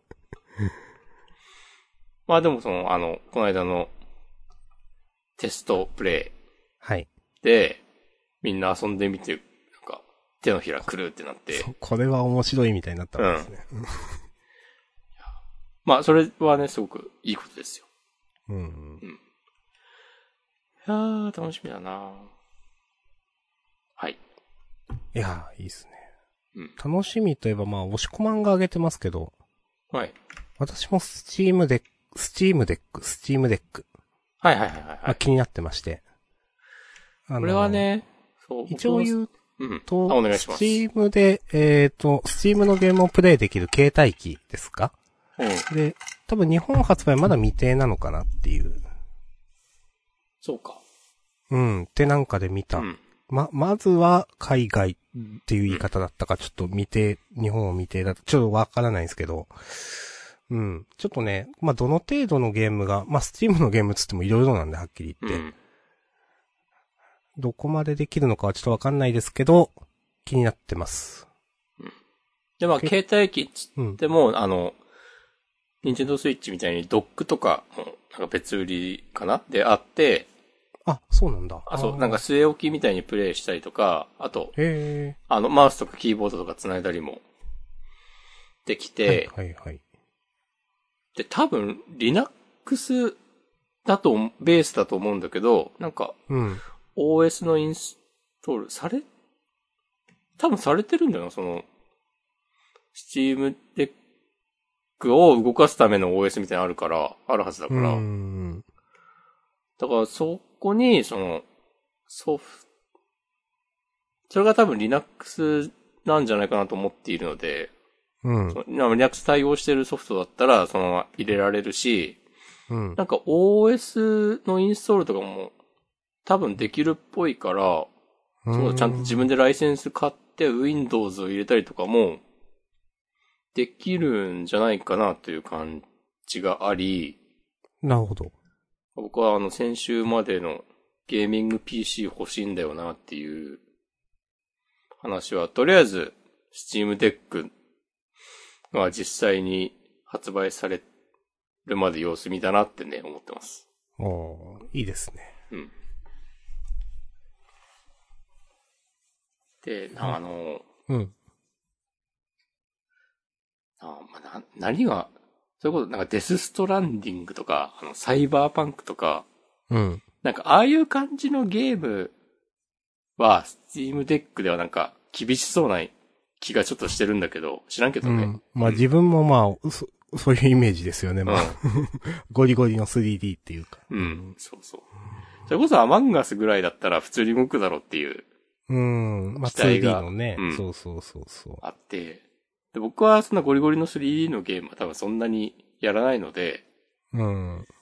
Speaker 2: まあでもその、あの、この間のテストプレイ。
Speaker 1: はい。
Speaker 2: で、みんな遊んでみて、なんか、手のひらくるってなって。
Speaker 1: これは面白いみたいになったんですね。うん、
Speaker 2: まあ、それはね、すごくいいことですよ。
Speaker 1: うん。うん。
Speaker 2: いやー、楽しみだなはい。
Speaker 1: いやー、いいっすね。
Speaker 2: うん。
Speaker 1: 楽しみといえば、まあ、押し込まんが上げてますけど。
Speaker 2: はい。
Speaker 1: 私もスチームデック、スチームデック、スチームデック。
Speaker 2: はいはいはいはい、はい。
Speaker 1: まあ、気になってまして。
Speaker 2: あのー、これはね、そう。
Speaker 1: 一応言うと、
Speaker 2: うん、お願いします。
Speaker 1: スチームで、えっ、ー、と、スチームのゲームをプレイできる携帯機ですか？うん。で、多分日本発売まだ未定なのかなっていう。
Speaker 2: そうか。
Speaker 1: うん、ってなんかで見た。うん、ま、まずは海外っていう言い方だったか、ちょっと未定、日本を未定だと、ちょっとわからないんですけど、うん。ちょっとね、まあ、どの程度のゲームが、まあ、スチームのゲームつってもいろいろなんで、はっきり言って。うん、どこまでできるのかはちょっとわかんないですけど、気になってます。
Speaker 2: うん、で、まあ、携帯機つっても、うん、あの、ニンテンドースイッチみたいにドックとかも、なんか別売りかなであって、
Speaker 1: あ、そうなんだ。
Speaker 2: あ、そう、なんか据え置きみたいにプレイしたりとか、あと、
Speaker 1: へ
Speaker 2: あの、マウスとかキーボードとか繋いだりもできて、
Speaker 1: はいはいはい。
Speaker 2: で、多分、Linux だと、ベースだと思うんだけど、なんか、
Speaker 1: うん、
Speaker 2: オーエス のインストールされ、多分されてるんだよな、その、Steam Deck を動かすための オーエス みたいなのあるから、あるはずだから。
Speaker 1: うん、
Speaker 2: だからそこに、その、ソフト、それが多分 Linux なんじゃないかなと思っているので、
Speaker 1: うん。
Speaker 2: Linux 対応してるソフトだったら、そのまま入れられるし、
Speaker 1: うん。
Speaker 2: なんか オーエス のインストールとかも多分できるっぽいから、そうちゃんと自分でライセンス買って Windows を入れたりとかもできるんじゃないかなという感じがあり、
Speaker 1: なるほど。
Speaker 2: 僕はあの先週までのゲーミング ピーシー 欲しいんだよなっていう話は、とりあえず Steam Deck が実際に発売されるまで様子見だなってね、思ってます。
Speaker 1: おー、いいですね。
Speaker 2: うん。で、あの、
Speaker 1: うん。
Speaker 2: あまあ、な、何が、そういうこと、なんかデスストランディングとか、あの、サイバーパンクとか、
Speaker 1: うん。
Speaker 2: なんかああいう感じのゲームは、スチームデックではなんか厳しそうな気がちょっとしてるんだけど、知らんけどね。うん、
Speaker 1: まあ、うん、自分もまあ、そ、そういうイメージですよね、まあ。うん、ゴリゴリの スリーディー っていうか。
Speaker 2: うん、そうそう。それこそアマンガスぐらいだったら普通に動くだろうっていう。
Speaker 1: うん、まあ ツーディー のね、うん、そうそうそうそう。
Speaker 2: あって、で、僕はそんなゴリゴリの スリーディー のゲームは多分そんなにやらないので、
Speaker 1: うん。
Speaker 2: うん、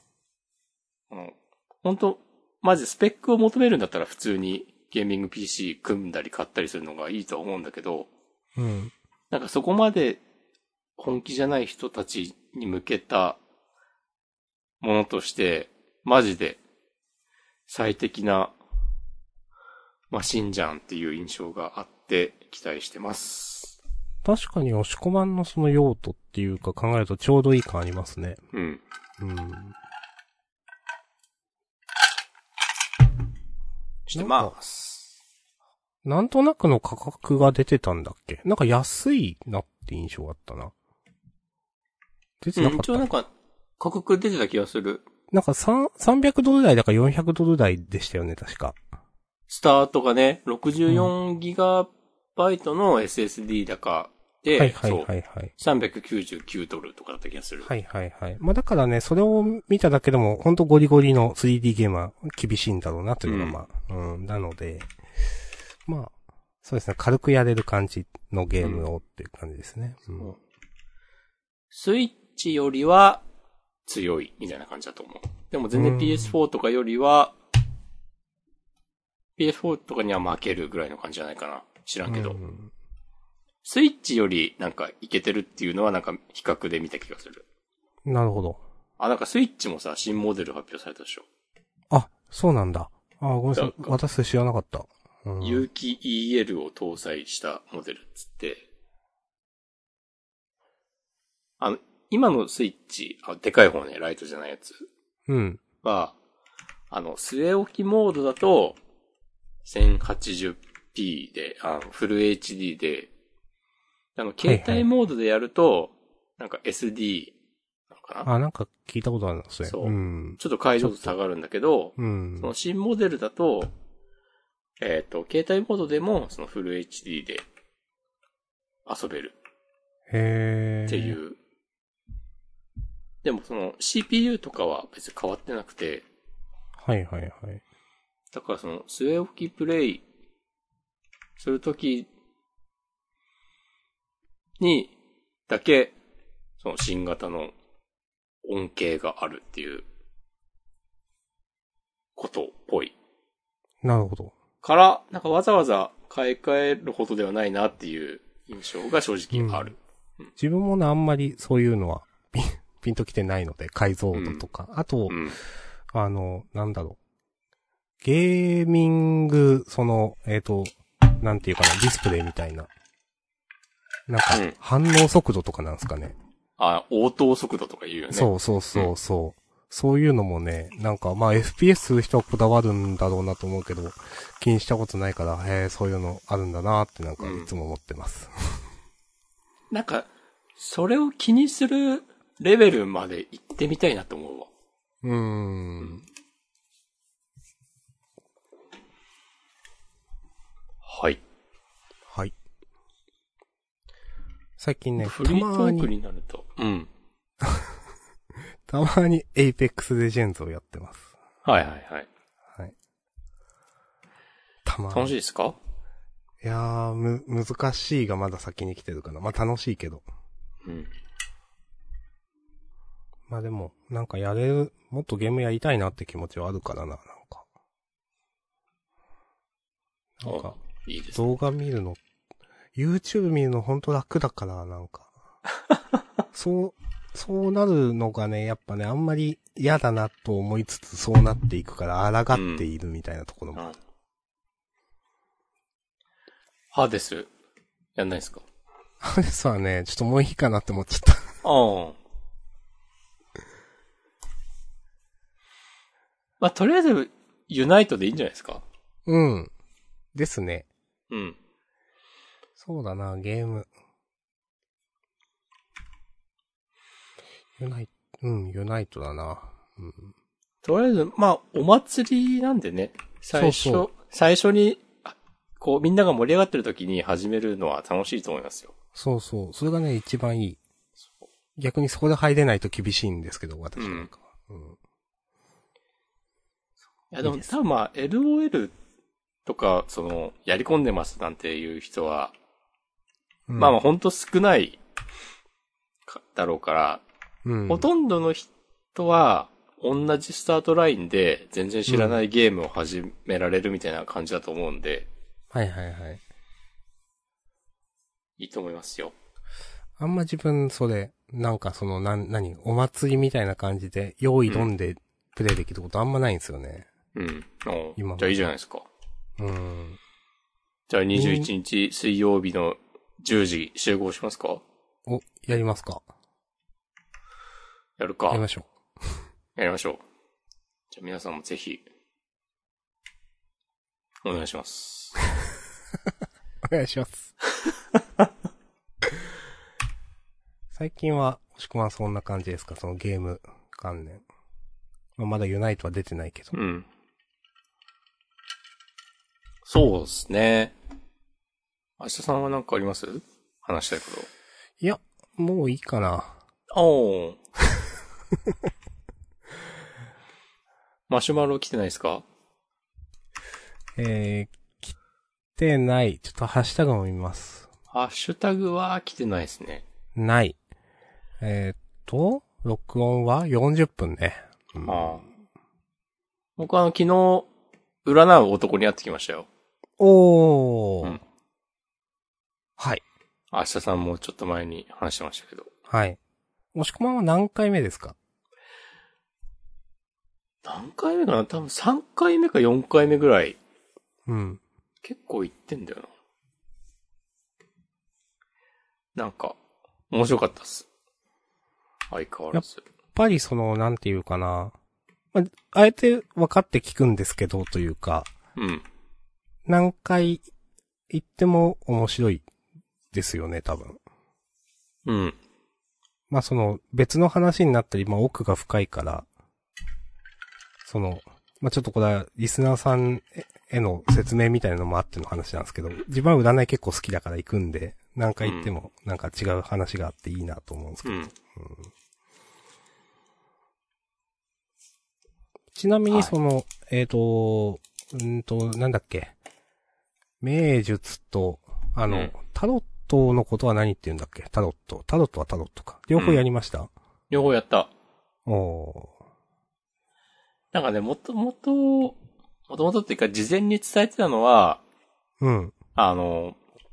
Speaker 2: 本当マジスペックを求めるんだったら普通にゲーミング ピーシー 組んだり買ったりするのがいいとは思うんだけど、
Speaker 1: うん。
Speaker 2: なんかそこまで本気じゃない人たちに向けたものとして、マジで最適なマシンじゃんっていう印象があって、 期待してます。
Speaker 1: 確かに押し込まんのその用途っていうか考えるとちょうどいい感ありますね。
Speaker 2: うん。
Speaker 1: うん。
Speaker 2: してます。
Speaker 1: なんとなくの価格が出てたんだっけ？なんか安いなって印象があったな。出てなかった。
Speaker 2: うん、一応なんか価格出てた気がする。
Speaker 1: なんかさん、さんびゃくドル台だかよんひゃくドル台でしたよね、確か。
Speaker 2: スタートがね、ろくじゅうよんギガバイトの エスエスディー だかで、
Speaker 1: はいはいはいはい。
Speaker 2: さんびゃくきゅうじゅうきゅうドルとかだった気がする。
Speaker 1: はいはいはい。まあだからね、それを見ただけでも、ほんとゴリゴリの スリーディー ゲームは厳しいんだろうなというのがまあ、うん、うん、なので、まあ、そうですね、軽くやれる感じのゲームをっていう感じですね。うんうん、
Speaker 2: スイッチよりは強いみたいな感じだと思う。でも全然 ピーエスフォー とかよりは、ピーエスフォー とかには負けるぐらいの感じじゃないかな。知らんけど。うん、スイッチよりなんかいけてるっていうのはなんか比較で見た気がする。
Speaker 1: なるほど。
Speaker 2: あ、なんかスイッチもさ、新モデル発表されたでしょ。
Speaker 1: あ、そうなんだ。あ、ごめんなさい。私知らなかった。
Speaker 2: うん、有機 イーエル を搭載したモデルっつって。あの、今のスイッチ、あ、でかい方ね、ライトじゃないやつ。
Speaker 1: うん。
Speaker 2: は、あの、据え置きモードだと、せんはちじゅうピー で、あの、フル エイチディー で、あの、携帯モードでやると、はいはい、なんか エスディー なのかな？
Speaker 1: あ、なんか聞いたことあるんですね。
Speaker 2: そう。
Speaker 1: うん、
Speaker 2: ちょっと解像度下がるんだけど、
Speaker 1: うん、
Speaker 2: その新モデルだと、えっと、携帯モードでも、そのフル エイチディー で遊べる。
Speaker 1: へー。
Speaker 2: っていう。でもその シーピーユー とかは別に変わってなくて。
Speaker 1: はいはいはい。
Speaker 2: だからその据え置きプレイするときにだけ、その新型の恩恵があるっていうことっぽい。
Speaker 1: なるほど。
Speaker 2: から、なんかわざわざ買い替えるほどではないなっていう印象が正直ある。
Speaker 1: うんうん、自分もね、あんまりそういうのはピン、ピンときてないので、解像度とか。うん、あと、うん、あの、なんだろう。ゲーミング、その、えっと、なんていうかな、ディスプレイみたいな。なんか、反応速度とかなんですかね。
Speaker 2: うん、あ、応答速度とか言うよね。
Speaker 1: そうそうそうそう。うん、そういうのもね、なんかまあ エフピーエス する人はこだわるんだろうなと思うけど、気にしたことないから、へえ、そういうのあるんだなってなんかいつも思ってます。
Speaker 2: うん、なんか、それを気にするレベルまで行ってみたいなと思うわ。
Speaker 1: うーん。うん、
Speaker 2: はい。
Speaker 1: はい。最近ね、
Speaker 2: フリートークになると。うん。
Speaker 1: たまに Apex Legends をやってます。
Speaker 2: はいはいはい。
Speaker 1: はい。たまに。
Speaker 2: 楽しいですか？
Speaker 1: いやー、む、難しいがまだ先に来てるかな。まあ楽しいけど。
Speaker 2: うん。
Speaker 1: まあでも、なんかやれる、もっとゲームやりたいなって気持ちはあるからな、なんか。なんか、
Speaker 2: いいですね、
Speaker 1: 動画見るの、YouTube 見るのほんと楽だから、なんか。そう、そうなるのがね、やっぱね、あんまり嫌だなと思いつつ、そうなっていくから、抗っているみたいなところも。うんうん、
Speaker 2: ハーデス、やんないですか？
Speaker 1: ハーデスはね、ちょっともういいかなって思っちゃった。
Speaker 2: ああ。まあ、とりあえず、ユナイトでいいんじゃないですか？
Speaker 1: うん。ですね。
Speaker 2: うん。
Speaker 1: そうだな、ゲーム。ユナイト、うん、ユナイトだな。うん。
Speaker 2: とりあえず、まあ、お祭りなんでね。最初、そうそう最初に、こう、みんなが盛り上がってる時に始めるのは楽しいと思いますよ。
Speaker 1: そうそう。それがね、一番いい。逆にそこで入れないと厳しいんですけど、私なんかは。うん。うん、
Speaker 2: いやでも多分まあ エルオーエル とかそのやり込んでますなんていう人は、うん、まあまあほんと少ないだろうから、うん、ほとんどの人は同じスタートラインで全然知らないゲームを始められるみたいな感じだと思うんで、
Speaker 1: うん、はいはいはい。
Speaker 2: いいと思いますよ。
Speaker 1: あんま自分それなんかそのな何お祭りみたいな感じで用意どんでプレイできることあんまないんですよね。
Speaker 2: うん。うん。今。じゃあいいじゃないですか。
Speaker 1: うん。
Speaker 2: じゃあにじゅういちにち水曜日のじゅうじ集合しますか？
Speaker 1: お、やりますか。
Speaker 2: やるか。
Speaker 1: やりましょ
Speaker 2: う。やりましょう。じゃあ皆さんもぜひ、お願いします。
Speaker 1: お願いします。最近は、もしくはそんな感じですか、そのゲーム関連。まあ、まだユナイトは出てないけど。
Speaker 2: うん。そうですね。明日さんは何かあります？話したいこと。
Speaker 1: いや、もういいかな。
Speaker 2: おー。マシュマロ来てないですか？
Speaker 1: えー、来てない。ちょっとハッシュタグも見ます。
Speaker 2: ハッシュタグは来てないですね。
Speaker 1: ない。えー、っと、録音はよんじゅっぷんね。うん、
Speaker 2: ああ。僕はあの、昨日、占う男に会ってきましたよ。
Speaker 1: おー。うん、はい。
Speaker 2: 明日さんもちょっと前に話してましたけど。
Speaker 1: はい。もしくまんは何回目ですか？
Speaker 2: 何回目かな？多分さんかいめかよんかいめぐらい。
Speaker 1: うん。
Speaker 2: 結構行ってんだよな。なんか、面白かったっす。相変わらず。
Speaker 1: やっぱりその、なんていうかな。まあ、あえて分かって聞くんですけど、というか。
Speaker 2: うん。
Speaker 1: 何回行っても面白いですよね、多分。
Speaker 2: うん。
Speaker 1: まあその、別の話になったり、まあ奥が深いから、その、まあちょっとこれはリスナーさんへの説明みたいなのもあっての話なんですけど、自分は占い結構好きだから行くんで、何回行ってもなんか違う話があっていいなと思うんですけど。うんうん、ちなみにその、はい、えっ、ー、と、うんと、なんだっけ。名術と、あの、うん、タロットのことは何って言うんだっけ？タロット。タロットはタロットか。両方やりました？うん、
Speaker 2: 両方やった。
Speaker 1: おー。
Speaker 2: なんかね、もともと、もともとっていうか事前に伝えてたのは、
Speaker 1: うん。
Speaker 2: あの、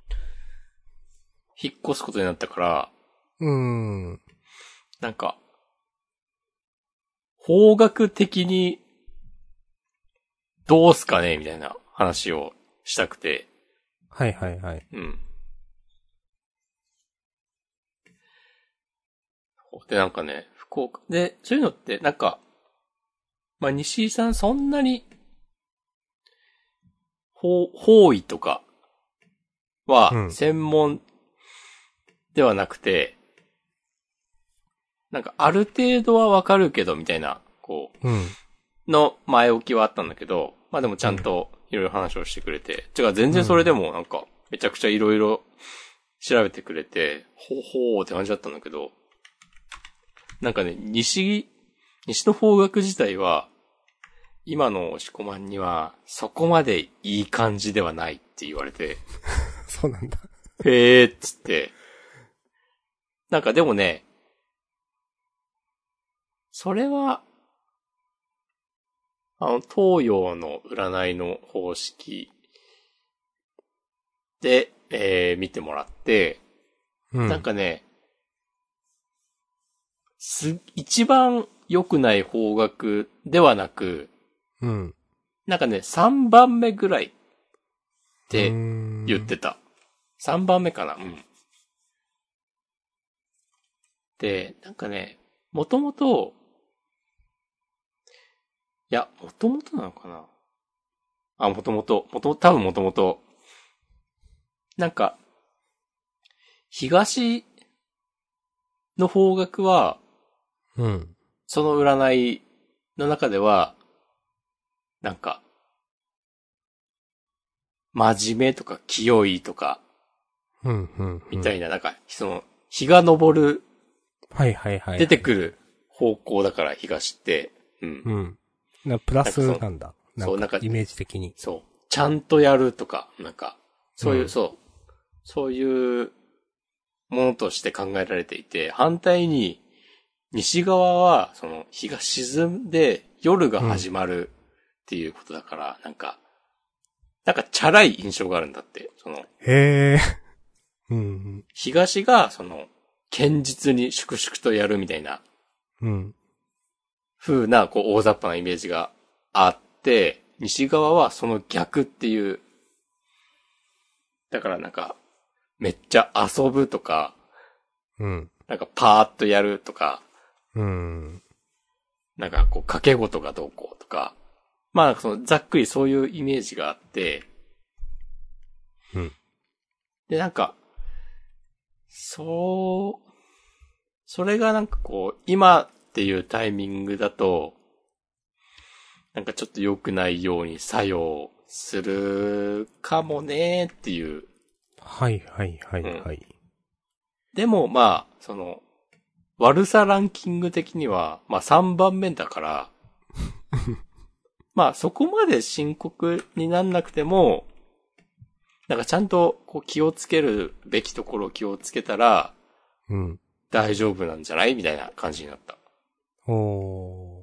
Speaker 2: 引っ越すことになったから、
Speaker 1: うーん。
Speaker 2: なんか、方角的に、どうすかねみたいな話をしたくて。
Speaker 1: はいはいはい。
Speaker 2: うん。で、なんかね、福岡。で、そういうのって、なんか、まあ、西井さんそんなに、方、方位とかは、専門ではなくて、うん、なんかある程度はわかるけど、みたいな、こう、うん、の前置きはあったんだけど、まあでもちゃんといろいろ話をしてくれて、うん、違う、全然それでもなんか、めちゃくちゃいろいろ調べてくれて、ほうほうって感じだったんだけど、なんかね、西、西の方角自体は、今の押し込まんには、そこまでいい感じではないって言われて。
Speaker 1: そうなんだ。
Speaker 2: へーっつって。なんかでもね、それは、あの、東洋の占いの方式で、えー、見てもらって、うん、なんかね、す、一番良くない方角ではなく、
Speaker 1: うん。
Speaker 2: なんかね、三番目ぐらいって言ってた。三番目かな、うん。で、なんかね、もともと、いや、もともとなのかなあ、もともと、もと、多分もともと、なんか、東の方角は、
Speaker 1: うん。
Speaker 2: その占いの中では、なんか、真面目とか清いとか、
Speaker 1: うん、うん。
Speaker 2: みたいな、なんか、その、日が昇る、
Speaker 1: はいはいはい。
Speaker 2: 出てくる方向だから東って、うん。
Speaker 1: うん。なプラスなんだ。そう、なんか、イメージ的に。
Speaker 2: そう。ちゃんとやるとか、なんか、そういう、うん、そう。そういうものとして考えられていて、反対に、西側は、その、日が沈んで、夜が始まるっていうことだから、うん、なんか、なんか、チャラい印象があるんだって、その。
Speaker 1: へー。うん。
Speaker 2: 東が、その、堅実に粛々とやるみたいな。
Speaker 1: うん。
Speaker 2: 風な、こう、大雑把なイメージがあって、西側はその逆っていうだからなんか、めっちゃ遊ぶとか、
Speaker 1: うん。
Speaker 2: なんかパーッとやるとか、
Speaker 1: うん。
Speaker 2: なんかこう掛け事がどうこうとか、まあそのざっくりそういうイメージがあって、
Speaker 1: うん。
Speaker 2: でなんか、そう、それがなんかこう、今っていうタイミングだと、なんかちょっと良くないように作用するかもねーっていう。
Speaker 1: はいはいはいはい。うん、
Speaker 2: でもまあ、その、悪さランキング的には、まあさんばんめだから、まあそこまで深刻になんなくても、なんかちゃんとこう気をつけるべきところを気をつけたら、
Speaker 1: うん。
Speaker 2: 大丈夫なんじゃないみたいな感じになった。
Speaker 1: おー。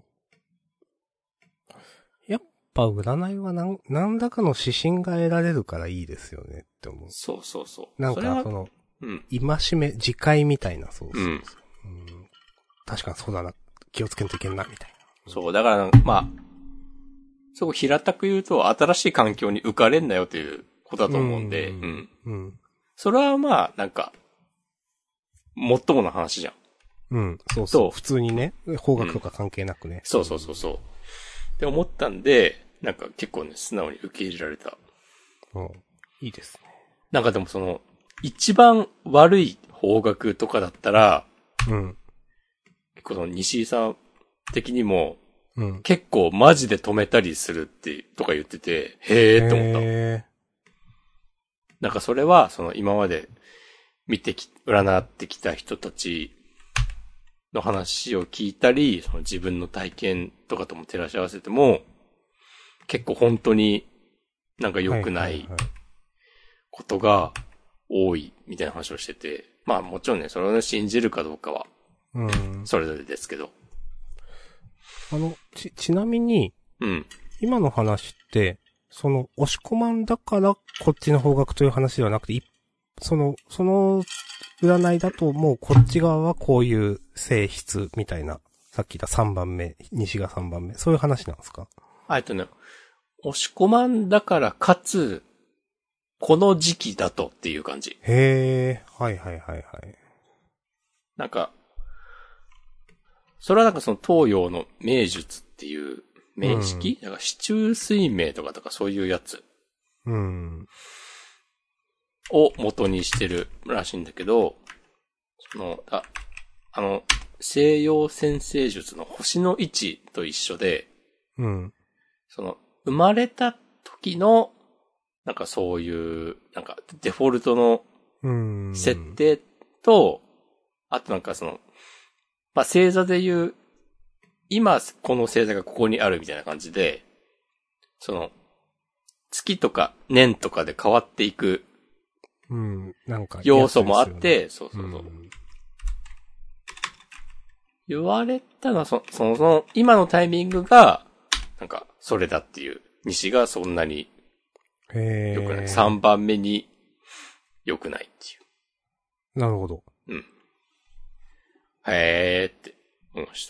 Speaker 1: やっぱ占いはなん、何らかの指針が得られるからいいですよねって思う。
Speaker 2: そうそうそう。
Speaker 1: なんかその、
Speaker 2: うん。
Speaker 1: 戒め、自戒みたいな、そうそうそう、うん。
Speaker 2: うん。
Speaker 1: 確かにそうだな。気をつけんといけんな、みたい
Speaker 2: な。そう、だから、まあ、そこ平たく言うと、新しい環境に浮かれんなよということだと思うんで、うん。うん。うん、それはまあ、なんか、もっともな話じゃん。
Speaker 1: うん、そうそう。普通にね、法学とか関係なくね。うん、
Speaker 2: そうそうそうそう。って思ったんで、なんか結構ね、素直に受け入れられた。
Speaker 1: うん。いいですね。
Speaker 2: なんかでもその、一番悪い法学とかだったら、
Speaker 1: うん。
Speaker 2: 結構その西井さん的にも、
Speaker 1: うん、
Speaker 2: 結構マジで止めたりするって、とか言ってて、へーって思った。へー。なんかそれは、その今まで見てき、占ってきた人たちの話を聞いたり、その自分の体験とかとも照らし合わせても、結構本当になんか良くないことが多いみたいな話をしてて、まあもちろんね、それを信じるかどうかは、それぞれですけど。
Speaker 1: あの、ち、ちなみに、
Speaker 2: うん。
Speaker 1: 今の話って、その、押し込まんだからこっちの方角という話ではなくて、その、その、占いだともうこっち側はこういう性質みたいな、さっき言ったさんばんめ、西がさんばんめ、そういう話なんですか？
Speaker 2: あ、えっとね、押し込まんだからかつ、この時期だとっていう感じ。
Speaker 1: へー、はいはいはいはい。
Speaker 2: なんか、それはなんかその東洋の名術っていう名式、うん、なんか四柱推命とかとかそういうやつ。
Speaker 1: うん。
Speaker 2: を元にしてるらしいんだけど、その、あ、あの、西洋占星術の星の位置と一緒で、
Speaker 1: うん。
Speaker 2: その、生まれた時の、なんかそういう、なんかデフォルトの設定と、あとなんかその、まあ、星座で言う、今この星座がここにあるみたいな感じで、その、月とか年とかで変わっていく、
Speaker 1: うん、なんか、
Speaker 2: 要素もあって、そうそうそう。うん、言われたのは、そ、その、その、今のタイミングが、なんか、それだっていう、西がそんなに、良くない。さんばんめに、良くないっていう。
Speaker 1: なるほど。
Speaker 2: うん。へーって思いました。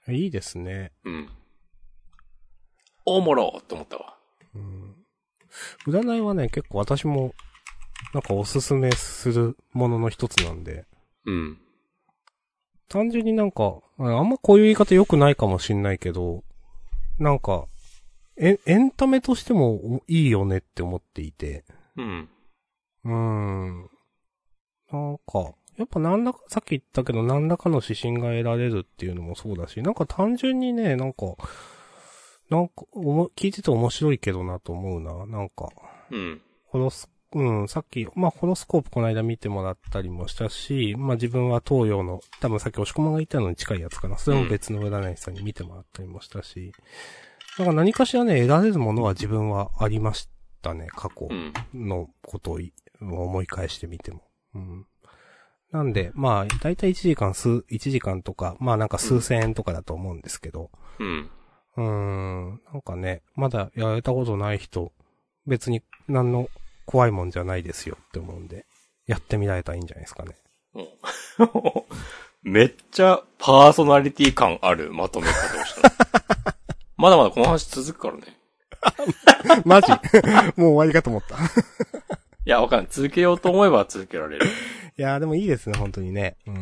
Speaker 1: いいですね。
Speaker 2: うん。おもろーって思ったわ。
Speaker 1: うん。占いはね、結構私も、なんかおすすめするものの一つなんで。
Speaker 2: うん。
Speaker 1: 単純になんか、あんまこういう言い方良くないかもしんないけど、なんか、エ, エンタメとしてもいいよねって思っていて。
Speaker 2: うん。
Speaker 1: うーん。なんか、やっぱ何らか、さっき言ったけど何らかの指針が得られるっていうのもそうだし、なんか単純にね、なんか、なんか、おも、聞いてて面白いけどなと思うな。なんか、
Speaker 2: うん。
Speaker 1: ホロス、うん、さっき、まあ、ホロスコープこの間見てもらったりもしたし、まあ、自分は東洋の、多分さっき押し込まが言ったのに近いやつかな。それも別の占い師さんに見てもらったりもしたし、なんか何かしらね、得られるものは自分はありましたね、過去のことを思い返してみても。うん。なんで、まあ、だいたいいちじかん数、いちじかんとか、まあなんか数千円とかだと思うんですけど。
Speaker 2: うん。
Speaker 1: うーん、なんかね、まだやられたことない人、別に何の怖いもんじゃないですよって思うんで、やってみられたらいいんじゃないですかね。
Speaker 2: うん、めっちゃパーソナリティ感あるまとめ方をした。まだまだこの話続くからね。
Speaker 1: マジもう終わりかと思った。
Speaker 2: いや、わかんない。続けようと思えば続けられる。
Speaker 1: いやーでもいいですね、本当にね。うん。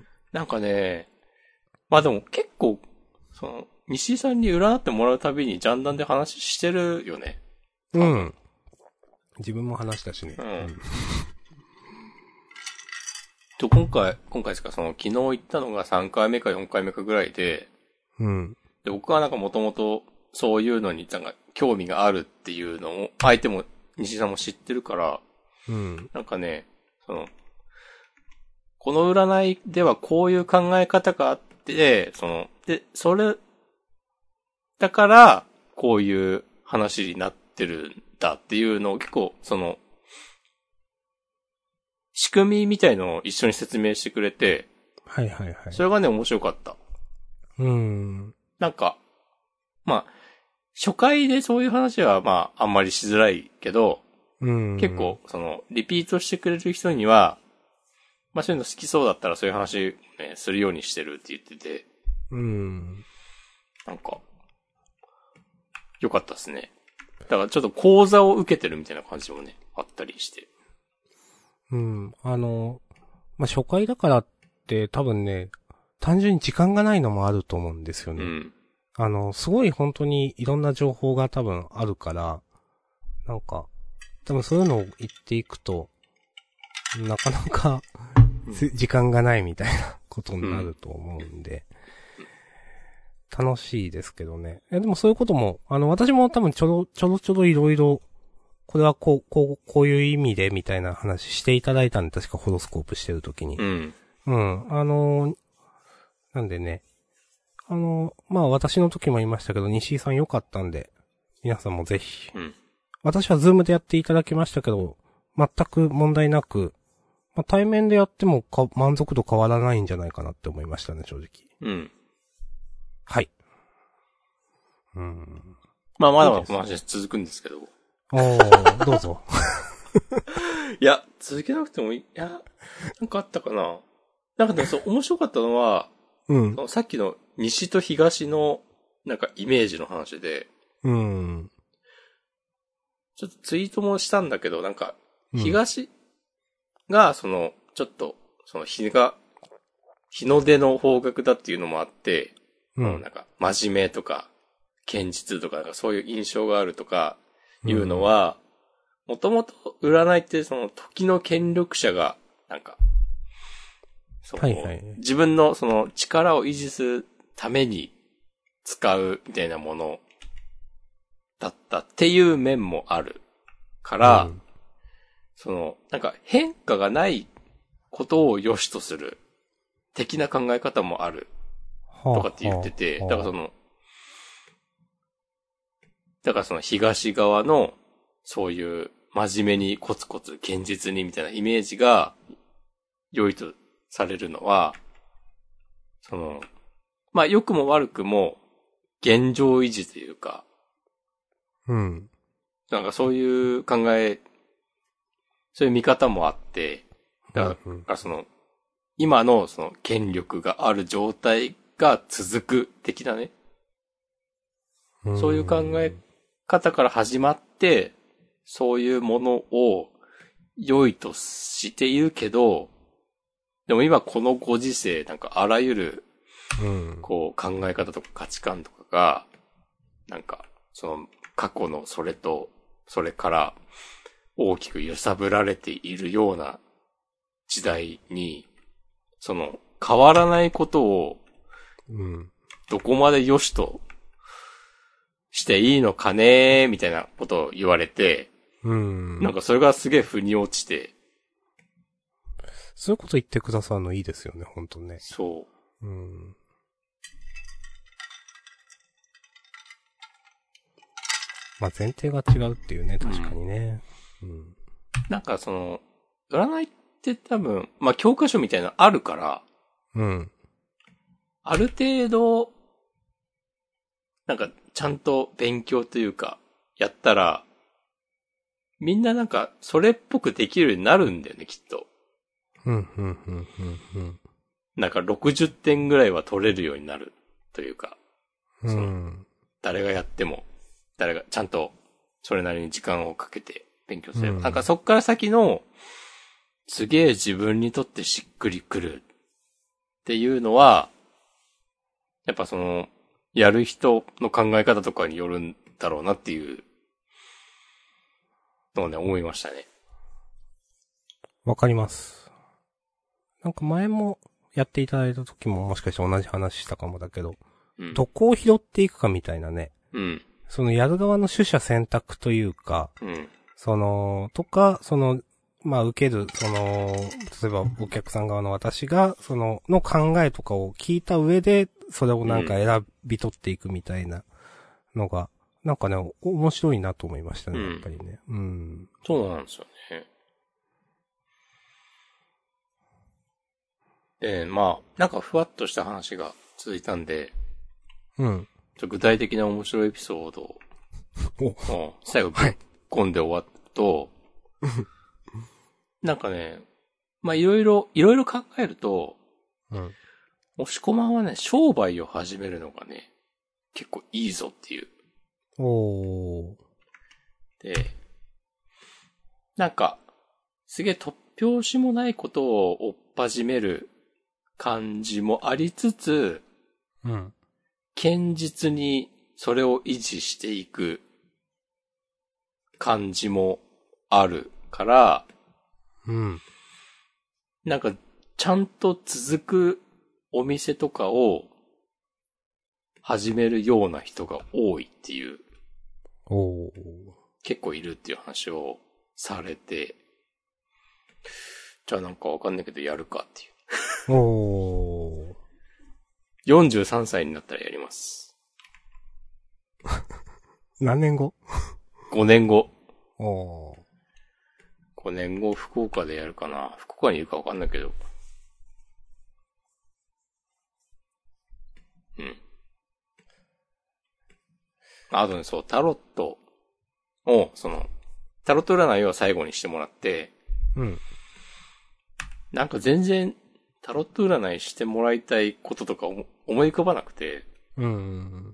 Speaker 2: なんかね、まあでも結構、その、西井さんに占ってもらうたびにジャンダンで話してるよね。
Speaker 1: うん。自分も話したしね。
Speaker 2: うん。うん、と、今回、今回ですか、その、昨日行ったのがさんかいめかよんかいめかぐらいで、
Speaker 1: うん。
Speaker 2: で、僕はなんかもともと、そういうのになんか興味があるっていうのを、相手も、西井さんも知ってるから、
Speaker 1: うん。
Speaker 2: なんかね、その、この占いではこういう考え方があって、その、で、それ、だから、こういう話になってるんだっていうのを結構、その、仕組みみたいのを一緒に説明してくれて、
Speaker 1: はいはいはい。
Speaker 2: それがね、面白かった。
Speaker 1: うん。
Speaker 2: なんか、まあ、初回でそういう話はまあ、あんまりしづらいけど、
Speaker 1: うん。
Speaker 2: 結構、その、リピートしてくれる人には、まあそういうの好きそうだったらそういう話、ね、するようにしてるって言ってて、
Speaker 1: うん。
Speaker 2: なんか、よかったですね。だからちょっと講座を受けてるみたいな感じもね、あったりして。
Speaker 1: うん。あの、まあ、初回だからって多分ね、単純に時間がないのもあると思うんですよね。
Speaker 2: うん。
Speaker 1: あの、すごい本当にいろんな情報が多分あるから、なんか、多分そういうのを言っていくと、なかなか、時間がないみたいなことになると思うんで、うん、楽しいですけどね。え、でもそういうことも、あの、私も多分ちょろ、ちょろちょろいろいろ、これはこう、こう、こういう意味でみたいな話していただいたんで、確かホロスコープしてるときに。
Speaker 2: うん。
Speaker 1: うん。あの、なんでね、あの、まあ私の時も言いましたけど、西井さん良かったんで、皆さんもぜひ。
Speaker 2: うん。
Speaker 1: 私はズームでやっていただきましたけど、全く問題なく、まあ、対面でやってもか満足度変わらないんじゃないかなって思いましたね、正直。
Speaker 2: うん。
Speaker 1: はい。うん。
Speaker 2: まあまだまだこの話続くんですけど。
Speaker 1: おー、どうぞ。
Speaker 2: いや、続けなくてもいい。いや、なんかあったかな。なんかね、そう、面白かったのは、
Speaker 1: うん。
Speaker 2: さっきの西と東の、なんかイメージの話で、
Speaker 1: うん。
Speaker 2: ちょっとツイートもしたんだけど、なんか、東が、その、ちょっと、その日が、日の出の方角だっていうのもあって、うん、なんか、真面目とか、堅実とか、なんかそういう印象があるとか、いうのは、もともと占いってその時の権力者が、なんか、そう、はいはい、自分のその力を維持するために使うみたいなものだったっていう面もあるから、うん、その、なんか変化がないことを良しとする的な考え方もあるとかって言ってて、だからその、だからその東側のそういう真面目にコツコツ堅実にみたいなイメージが良いとされるのは、その、まあ良くも悪くも現状維持というか、
Speaker 1: うん。
Speaker 2: なんかそういう考え、そういう見方もあって、だからその、今のその権力がある状態が続く的なね、そういう考え方から始まって、そういうものを良いとしているけど、でも今このご時世、なんかあらゆる、こう考え方とか価値観とかが、なんか、その過去のそれと、それから大きく揺さぶられているような時代に、その変わらないことを、どこまで良しとしていいのかねみたいなことを言われて、
Speaker 1: うん。
Speaker 2: なんかそれがすげえ腑に落ちて。
Speaker 1: そういうこと言ってくださるのいいですよね、ほんとね。
Speaker 2: そう。
Speaker 1: うん。まあ前提が違うっていうね、確かにね。うん。うん、
Speaker 2: なんかその、占いって多分、まあ教科書みたいなのあるから、
Speaker 1: うん。
Speaker 2: ある程度、なんかちゃんと勉強というか、やったら、みんななんか、それっぽくできるようになるんだよね、きっと。
Speaker 1: うん、うん、うん、うん、うん。
Speaker 2: なんかろくじゅってんぐらいは取れるようになるというか、
Speaker 1: うん。
Speaker 2: その誰がやっても、誰がちゃんとそれなりに時間をかけて勉強すれば。
Speaker 1: うん、
Speaker 2: なんかそっから先の、すげえ自分にとってしっくりくるっていうのは、やっぱその、やる人の考え方とかによるんだろうなっていうのをね、思いましたね。
Speaker 1: わかります。なんか前もやっていただいた時ももしかして同じ話したかもだけど、うん、どこを拾っていくかみたいなね。
Speaker 2: うん。
Speaker 1: そのやる側の取捨選択というか、
Speaker 2: うん。
Speaker 1: その、とか、その、まあ受ける、その、例えばお客さん側の私が、その、の考えとかを聞いた上で、それをなんか選び取っていくみたいなのが、うん、なんかね、面白いなと思いましたね、やっぱりね。うん。
Speaker 2: そうなんですよね。で、まあ、なんかふわっとした話が続いたんで、
Speaker 1: うん。
Speaker 2: ちょ具体的な面白いエピソードを、お最後ぶっ込んで終わったと、はい、なんかね、まあいろいろ、いろいろ考えると、
Speaker 1: うん。
Speaker 2: 押し込まんはね、商売を始めるのがね、結構いいぞっていう。
Speaker 1: おー。
Speaker 2: で、なんか、すげえ突拍子もないことを追っ始める感じもありつつ、
Speaker 1: うん。
Speaker 2: 堅実にそれを維持していく感じもあるから、
Speaker 1: うん。
Speaker 2: なんか、ちゃんと続くお店とかを始めるような人が多いっていう。
Speaker 1: おー。
Speaker 2: 結構いるっていう話をされて、じゃあなんかわかんないけどやるかっていう。
Speaker 1: おー。
Speaker 2: よんじゅうさんさいになったらやります。
Speaker 1: 何年後 ?
Speaker 2: ご 年後。
Speaker 1: おー。
Speaker 2: ごねんご福岡でやるかな。福岡にいるかわかんないけど。うん。あとね、そう、タロットを、その、タロット占いを最後にしてもらって、
Speaker 1: うん。
Speaker 2: なんか全然、タロット占いしてもらいたいこととか思い浮かばなくて、
Speaker 1: うん。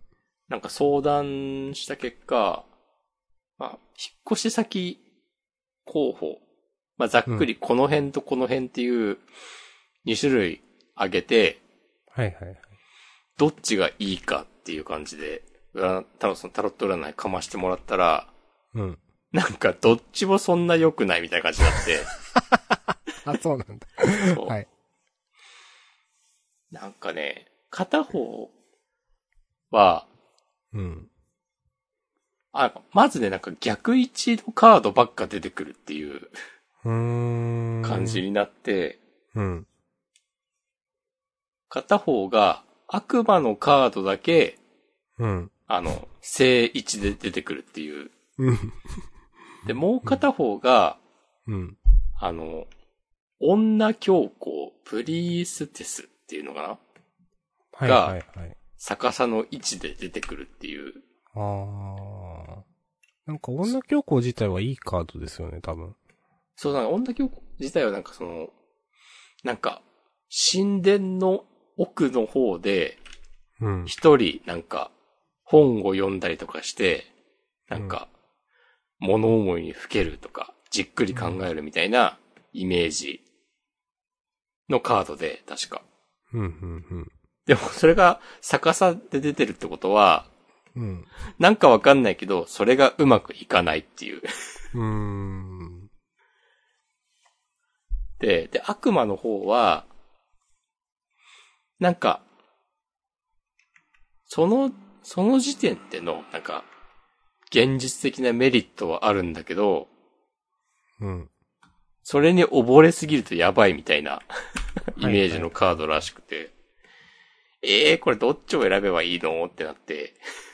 Speaker 2: なんか相談した結果、まあ、引っ越し先候補。まあ、ざっくりこの辺とこの辺っていうに種類挙げて、
Speaker 1: はいはいはい。
Speaker 2: どっちがいいかっていう感じで、タロット占いかましてもらったら、
Speaker 1: うん。
Speaker 2: なんかどっちもそんな良くないみたいな感じになって。
Speaker 1: あ、そうなんだ。そう。はい。
Speaker 2: なんかね、片方は、
Speaker 1: うん。
Speaker 2: あ、まずね、なんか逆位置のカードばっか出てくるっていう感じになって、
Speaker 1: うん。
Speaker 2: 片方が悪魔のカードだけ、
Speaker 1: うん。
Speaker 2: あの、正位置で出てくるっていう。
Speaker 1: うん。
Speaker 2: で、もう片方が、
Speaker 1: うん。
Speaker 2: あの、女教皇、プリーステスっていうのかな
Speaker 1: はいはいはい。
Speaker 2: 逆さの位置で出てくるっていう。
Speaker 1: あー。なんか女教皇自体はいいカードですよね、多分。
Speaker 2: そうだね、女教皇自体はなんかその、なんか、神殿の奥の方で、一人なんか、本を読んだりとかして、なんか、物思いにふけるとか、じっくり考えるみたいなイメージのカードで、確か。
Speaker 1: うんうんうん、
Speaker 2: でもそれが逆さで出てるってことは、
Speaker 1: うん、
Speaker 2: なんかわかんないけど、それがうまくいかないっていう。
Speaker 1: うーん
Speaker 2: で、で、悪魔の方は、なんか、その、その時点での、なんか、現実的なメリットはあるんだけど、
Speaker 1: うん。
Speaker 2: それに溺れすぎるとやばいみたいなイメージのカードらしくて、はいはい、ええー、これどっちを選べばいいのってなって、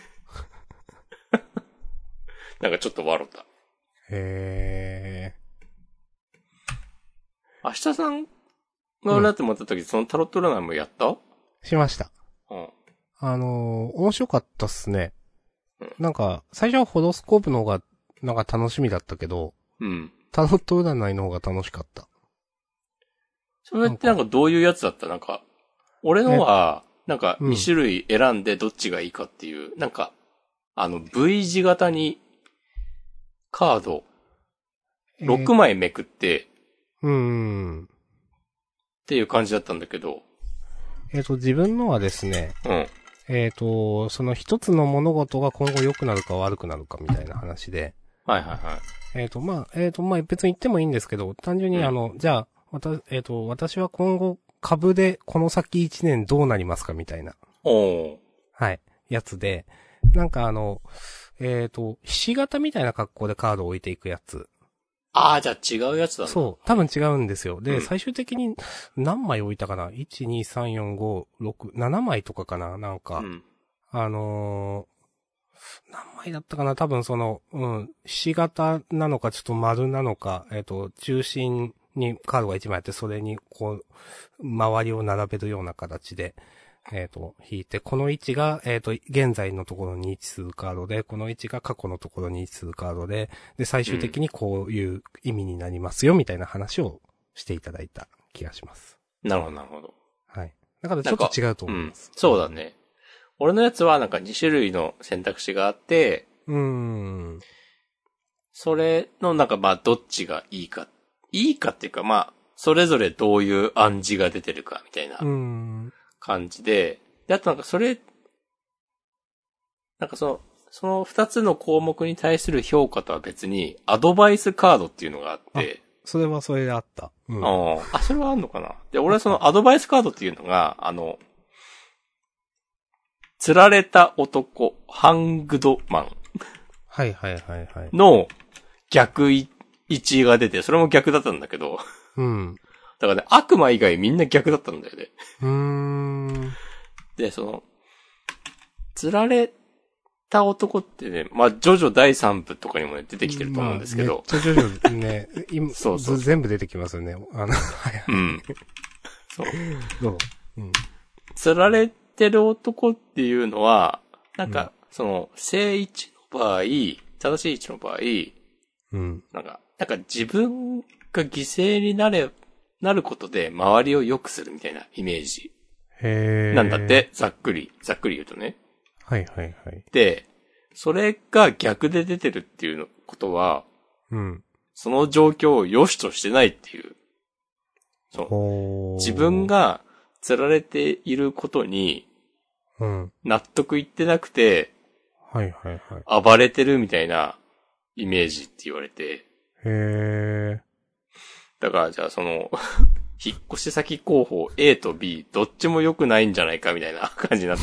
Speaker 2: なんかちょっと笑った。
Speaker 1: へー。
Speaker 2: 明日さんが占ってもらった時、うん、そのタロット占いもやった？
Speaker 1: しました。
Speaker 2: うん。
Speaker 1: あのー、面白かったっすね。うん、なんか、最初はホロスコープの方が、なんか楽しみだったけど、
Speaker 2: うん。
Speaker 1: タロット占いの方が楽しかった。
Speaker 2: それってなんかどういうやつだった？なんか、俺のは、なんかに種類選んでどっちがいいかっていう、うん、なんか、あの V 字型にカードろくまいめくって、
Speaker 1: うーん。
Speaker 2: っていう感じだったんだけど。
Speaker 1: えっと、自分のはですね、
Speaker 2: うん。
Speaker 1: えっと、その一つの物事が今後良くなるか悪くなるかみたいな話で。
Speaker 2: はいはいはい。
Speaker 1: えっと、まあ、えっと、まあ、別に言ってもいいんですけど、単純にあの、うん、じゃあ、わた、えっと、私は今後株でこの先いちねんどうなりますかみたいな。
Speaker 2: おー。
Speaker 1: はい。やつで、なんかあの、えっと、ひし形みたいな格好でカードを置いていくやつ。
Speaker 2: ああ、じゃあ違うやつだな。
Speaker 1: そう、多分違うんですよ。で、
Speaker 2: うん、
Speaker 1: 最終的に何枚置いたかな ?いち、に、さん、よん、ご、ろく、ななまいとかかななんか、うん、あのー、何枚だったかな多分その、うん、ひし形なのかちょっと丸なのか、えっと、中心にカードがいちまいあって、それにこう、周りを並べるような形で、えっと、引いて、この位置が、えっと、現在のところに位置するカードで、この位置が過去のところに位置するカードで、で、最終的にこういう意味になりますよ、みたいな話をしていただいた気がします。
Speaker 2: なるほど、なるほど。
Speaker 1: はい。だからちょっと違うと思います。
Speaker 2: うん、そうだね。俺のやつはなんかに種類の選択肢があって、
Speaker 1: うーん。
Speaker 2: それのなんかまあどっちがいいか。いいかっていうかまあ、それぞれどういう暗示が出てるかみたいな感じで、で、あとなんかそれ、なんかその、その二つの項目に対する評価とは別に、アドバイスカードっていうのがあって、
Speaker 1: それはそれであった。
Speaker 2: うん、ああ、それはあんのかな。で、俺はそのアドバイスカードっていうのが、あの、釣られた男、ハングドマン。
Speaker 1: はいはいはいはい。
Speaker 2: の逆位置が出て、それも逆だったんだけど。
Speaker 1: うん。
Speaker 2: だからね、悪魔以外みんな逆だったんだよね。
Speaker 1: うーん。
Speaker 2: で、その、釣られた男ってね、まあ、ジョジョだいさんぶとかにも、ね、出てきてると思うんですけど。
Speaker 1: まあ、めっちゃジョジョね、今、
Speaker 2: そうそう
Speaker 1: 全部出てきますよね。あの、はいはい。
Speaker 2: うん。そう。
Speaker 1: どううん。
Speaker 2: 釣られてる男っていうのは、なんか、うん、その、正位置の場合、正しい位置の場合、
Speaker 1: うん。
Speaker 2: なんか、なんか自分が犠牲になれ、なることで周りを良くするみたいなイメージ。
Speaker 1: へー。
Speaker 2: なんだって、ざっくり、ざっくり言うとね。
Speaker 1: はいはいはい。
Speaker 2: で、それが逆で出てるっていうことは、
Speaker 1: うん。
Speaker 2: その状況を良しとしてないっていう。そう。自分が釣られていることに、
Speaker 1: うん。
Speaker 2: 納得いってなくて、
Speaker 1: はいはいはい。
Speaker 2: 暴れてるみたいなイメージって言われて。
Speaker 1: へー。
Speaker 2: だからじゃあその、引っ越し先候補 A と B どっちも良くないんじゃないかみたいな感じになって。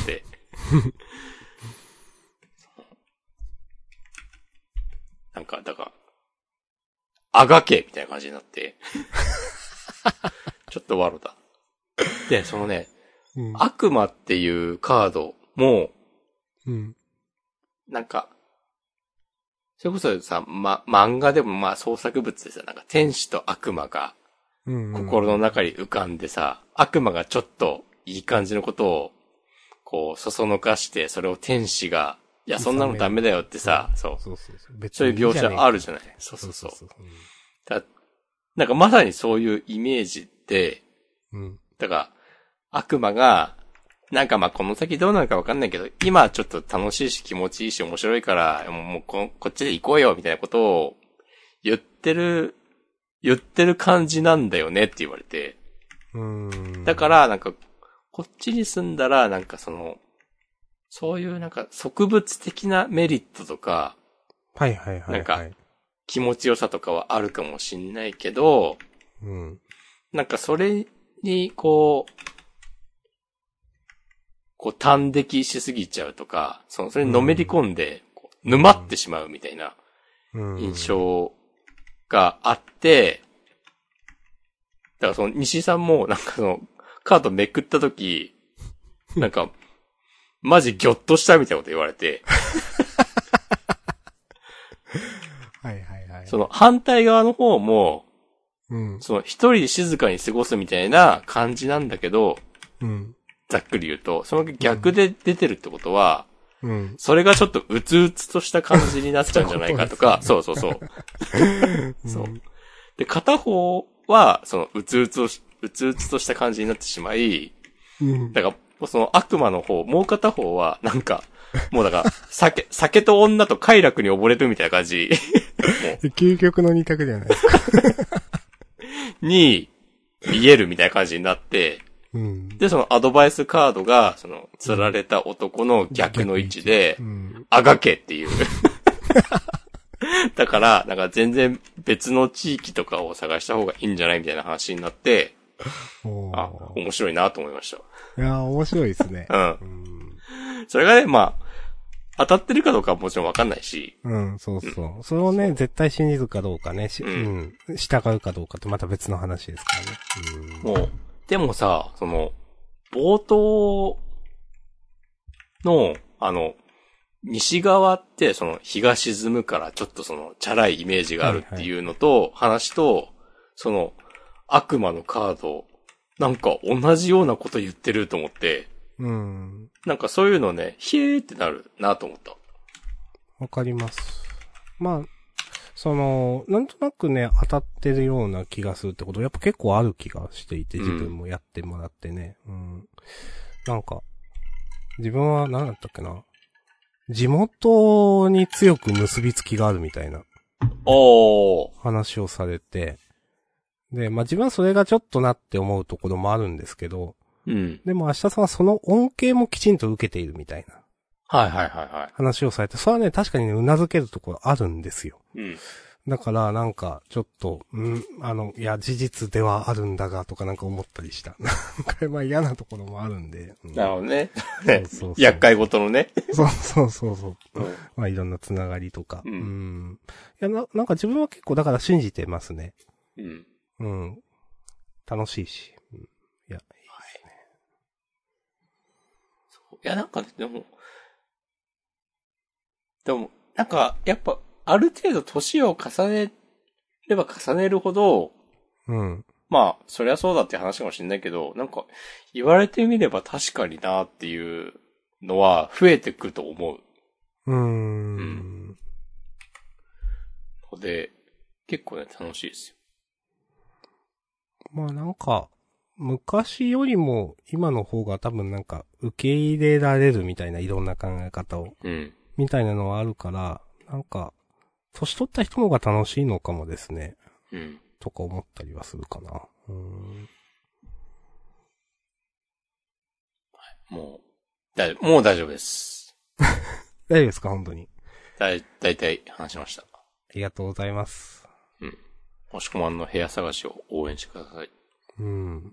Speaker 2: なんか、だから、あがけみたいな感じになって。ちょっと悪だ。で、そのね、うん、悪魔っていうカードも、
Speaker 1: うん、
Speaker 2: なんか、それこそさ、ま、漫画でもまあ創作物でさ、なんか天使と悪魔が、心の中に浮かんでさ、悪魔がちょっといい感じのことを、こう、そそのかして、それを天使が、いや、そんなのダメだよってさ、そう。そうそうそう。そういう描写あるじゃない。そうそうそう。そうそうそうだなんかまさにそういうイメージって、うん。だから、悪魔が、なんかまあこの先どうなるかわかんないけど、今はちょっと楽しいし気持ちいいし面白いから、もうこ、こっちで行こうよみたいなことを言ってる、言ってる感じなんだよねって言われて。
Speaker 1: うーん。
Speaker 2: だからなんか、こっちに住んだらなんかその、そういうなんか植物的なメリットとか、
Speaker 1: はいはいはい、はい。
Speaker 2: なんか気持ちよさとかはあるかもしんないけど、
Speaker 1: うん。
Speaker 2: なんかそれにこう、こう端的しすぎちゃうとか、そのそれにのめり込んで、うん、沼ってしまうみたいな印象があって、だからその西井さんもなんかそのカードめくったとき、なんか、マジギョッとしたみたいなこと言われて。
Speaker 1: はいはいはい。
Speaker 2: その反対側の方も、
Speaker 1: うん、
Speaker 2: その一人で静かに過ごすみたいな感じなんだけど、
Speaker 1: うん、
Speaker 2: ざっくり言うと、その逆で出てるってことは、
Speaker 1: うん、
Speaker 2: それがちょっとうつうつとした感じになっちゃうんじゃないかとか、そうそうそう。そう。で、片方は、そのうつうつを、うつうつとした感じになってしまい、
Speaker 1: うん、
Speaker 2: だから、その悪魔の方、もう片方は、なんか、もうだから、酒、酒と女と快楽に溺れるみたいな感じ
Speaker 1: 究極の二択じゃないですか。
Speaker 2: に、見えるみたいな感じになって、
Speaker 1: うん、
Speaker 2: で、そのアドバイスカードが、その、釣られた男の逆の位置で、うん、あがけっていう。だから、なんか全然別の地域とかを探した方がいいんじゃないみたいな話になって、あ、面白いなと思いました。
Speaker 1: いやー、面白いですね。
Speaker 2: うん。うん、それがね、まあ、当たってるかどうかはもちろんわかんないし。
Speaker 1: うん、そうそう。うん、それをね、絶対信じるかどうかね、し、うん、うん、従うかどうかってまた別の話ですからね。
Speaker 2: うん、もう、でもさ、その、冒頭の、あの、西側って、その、日が沈むからちょっとその、チャラいイメージがあるっていうのと、はいはい、話と、その、悪魔のカード、なんか同じようなこと言ってると思って、
Speaker 1: うん。
Speaker 2: なんかそういうのね、ひえーってなるなと思った。
Speaker 1: わかります。まあ、その、なんとなくね、当たってるような気がするってこと、やっぱ結構ある気がしていて、自分もやってもらってね。うん。うん、なんか、自分は何だったっけな。地元に強く結びつきがあるみたいな。
Speaker 2: おー。
Speaker 1: 話をされて。で、まあ自分はそれがちょっとなって思うところもあるんですけど。
Speaker 2: うん。
Speaker 1: でも明日さんはその恩恵もきちんと受けているみたいな。
Speaker 2: はいはいはいはい。
Speaker 1: 話をされて、それはね、確かにね、頷けるところあるんですよ。
Speaker 2: うん。
Speaker 1: だから、なんか、ちょっと、んあの、いや、事実ではあるんだが、とかなんか思ったりした。なんか、まあ嫌なところもあるんで。うん、
Speaker 2: なるほどね。
Speaker 1: そうそうそう
Speaker 2: 厄介ごとのね。
Speaker 1: そうそうそうそう。
Speaker 2: うん、
Speaker 1: まあいろんなつながりとか。
Speaker 2: うん。
Speaker 1: うんいやな、なんか自分は結構だから信じてますね。
Speaker 2: うん。
Speaker 1: うん。楽しいし。うん、いや、いいですね。
Speaker 2: そういや、なんか、でも、でも、なんか、やっぱ、ある程度年を重ねれば重ねるほど、
Speaker 1: うん。
Speaker 2: まあ、そりゃそうだって話かもしれないけど、なんか、言われてみれば確かになっていうのは増えてくると思う。
Speaker 1: うーん。うん。
Speaker 2: ので、結構ね、楽しいですよ。
Speaker 1: まあなんか、昔よりも今の方が多分なんか受け入れられるみたいないろんな考え方を。
Speaker 2: うん。
Speaker 1: みたいなのはあるから、なんか、年取った人の方が楽しいのかもですね。
Speaker 2: うん。
Speaker 1: とか思ったりはするかな。うーん。
Speaker 2: もう、だ、もう大丈夫です。
Speaker 1: 大丈夫ですか本当に。
Speaker 2: だい、だいたい話しました。あ
Speaker 1: りがとうございます。
Speaker 2: うん。もしこまんの部屋探しを応援してください。
Speaker 1: うん。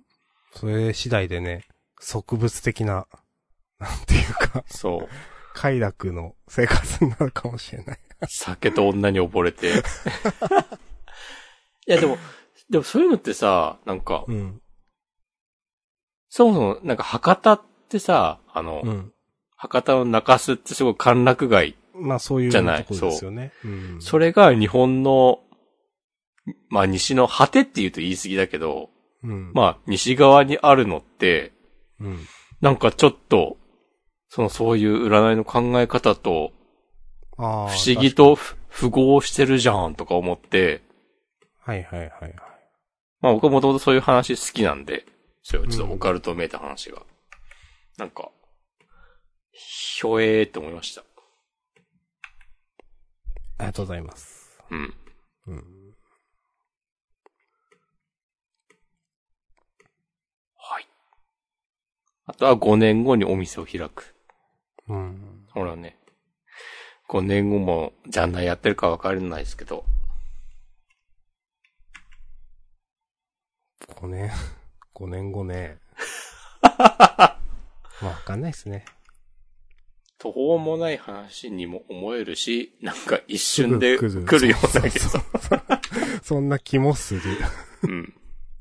Speaker 1: それ次第でね、植物的な、なんていうか。
Speaker 2: そう。
Speaker 1: 快楽の生活になるかもしれない。
Speaker 2: 酒と女に溺れて。いやでも、でもそういうのってさ、なんか、
Speaker 1: うん、
Speaker 2: そもそもなんか博多ってさ、あの、うん、博多の中洲ってすごい歓楽街
Speaker 1: まあそういう
Speaker 2: じゃない。
Speaker 1: ところですよね。
Speaker 2: そう、うん。それが日本の、まあ西の果てって言うと言い過ぎだけど、うん、まあ西側にあるのって、うん、なんかちょっと、そのそういう占いの考え方と、不思議と符合してるじゃんとか思って、
Speaker 1: はいはいはいはい。
Speaker 2: まあ僕はもともとそういう話好きなんで、そういうちょっとオカルトめいた話が。うん、なんか、ひょえーって思いました。
Speaker 1: ありがとうございます。
Speaker 2: うん。うん。はい。あとはごねんごにお店を開く。
Speaker 1: うん。
Speaker 2: ほらね。ごねんごもジャンナやってるかわからないですけど。
Speaker 1: ごねん、ごねんごね。まあわかんないですね。
Speaker 2: 途方もない話にも思えるし、なんか一瞬で来る, 来るようなけど。そうそうそう
Speaker 1: そんな気もする。
Speaker 2: うん。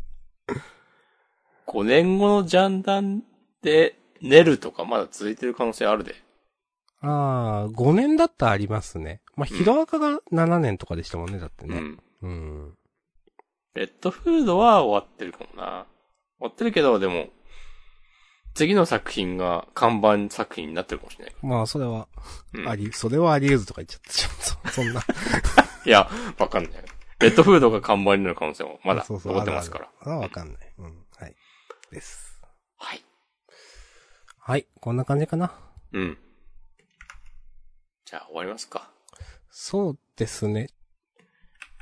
Speaker 2: ごねんごのジャンダンで寝るとかまだ続いてる可能性あるで。
Speaker 1: ああ、ごねんだったらありますね。まあ、ヒロアカがななねんとかでしたもんね、だってね。うん。うん。
Speaker 2: レッドフードは終わってるかもな。終わってるけど、でも、次の作品が看板作品になってるかもしれない。
Speaker 1: まあ、それは、うん、あり、それはあり得ずとか言っちゃってしまう。そんな。
Speaker 2: いや、わかんない。レッドフードが看板になる可能性もまだ残ってますから。
Speaker 1: あら、わかんない。うん。はい。です。
Speaker 2: はい。
Speaker 1: はい、こんな感じかな。
Speaker 2: うん。じゃあ終わりますか。
Speaker 1: そうですね。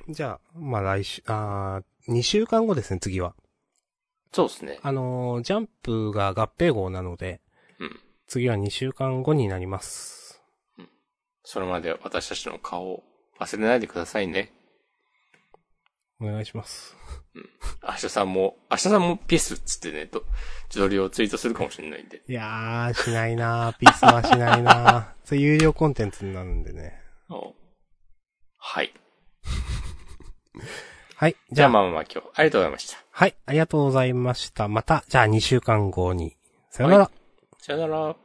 Speaker 1: じゃあ、まあ来週、あー、にしゅうかんごですね、次は。
Speaker 2: そうですね。
Speaker 1: あのー、ジャンプが合併号なので、
Speaker 2: うん。
Speaker 1: 次はにしゅうかんごになります。
Speaker 2: うん。それまで私たちの顔を忘れないでくださいね。
Speaker 1: お願いします。
Speaker 2: うん。明日さんも、明日さんもピースっつってね、と、自撮りをツイートするかもしれないんで。
Speaker 1: いやー、しないなー。ピースはしないなー。それ有料コンテンツになるんでね。
Speaker 2: おはい。
Speaker 1: はい。
Speaker 2: じゃあまあまあまあ今日、ありがとうございました。
Speaker 1: はい、ありがとうございました。また、じゃあにしゅうかんごに。さよなら。
Speaker 2: はい、さよなら。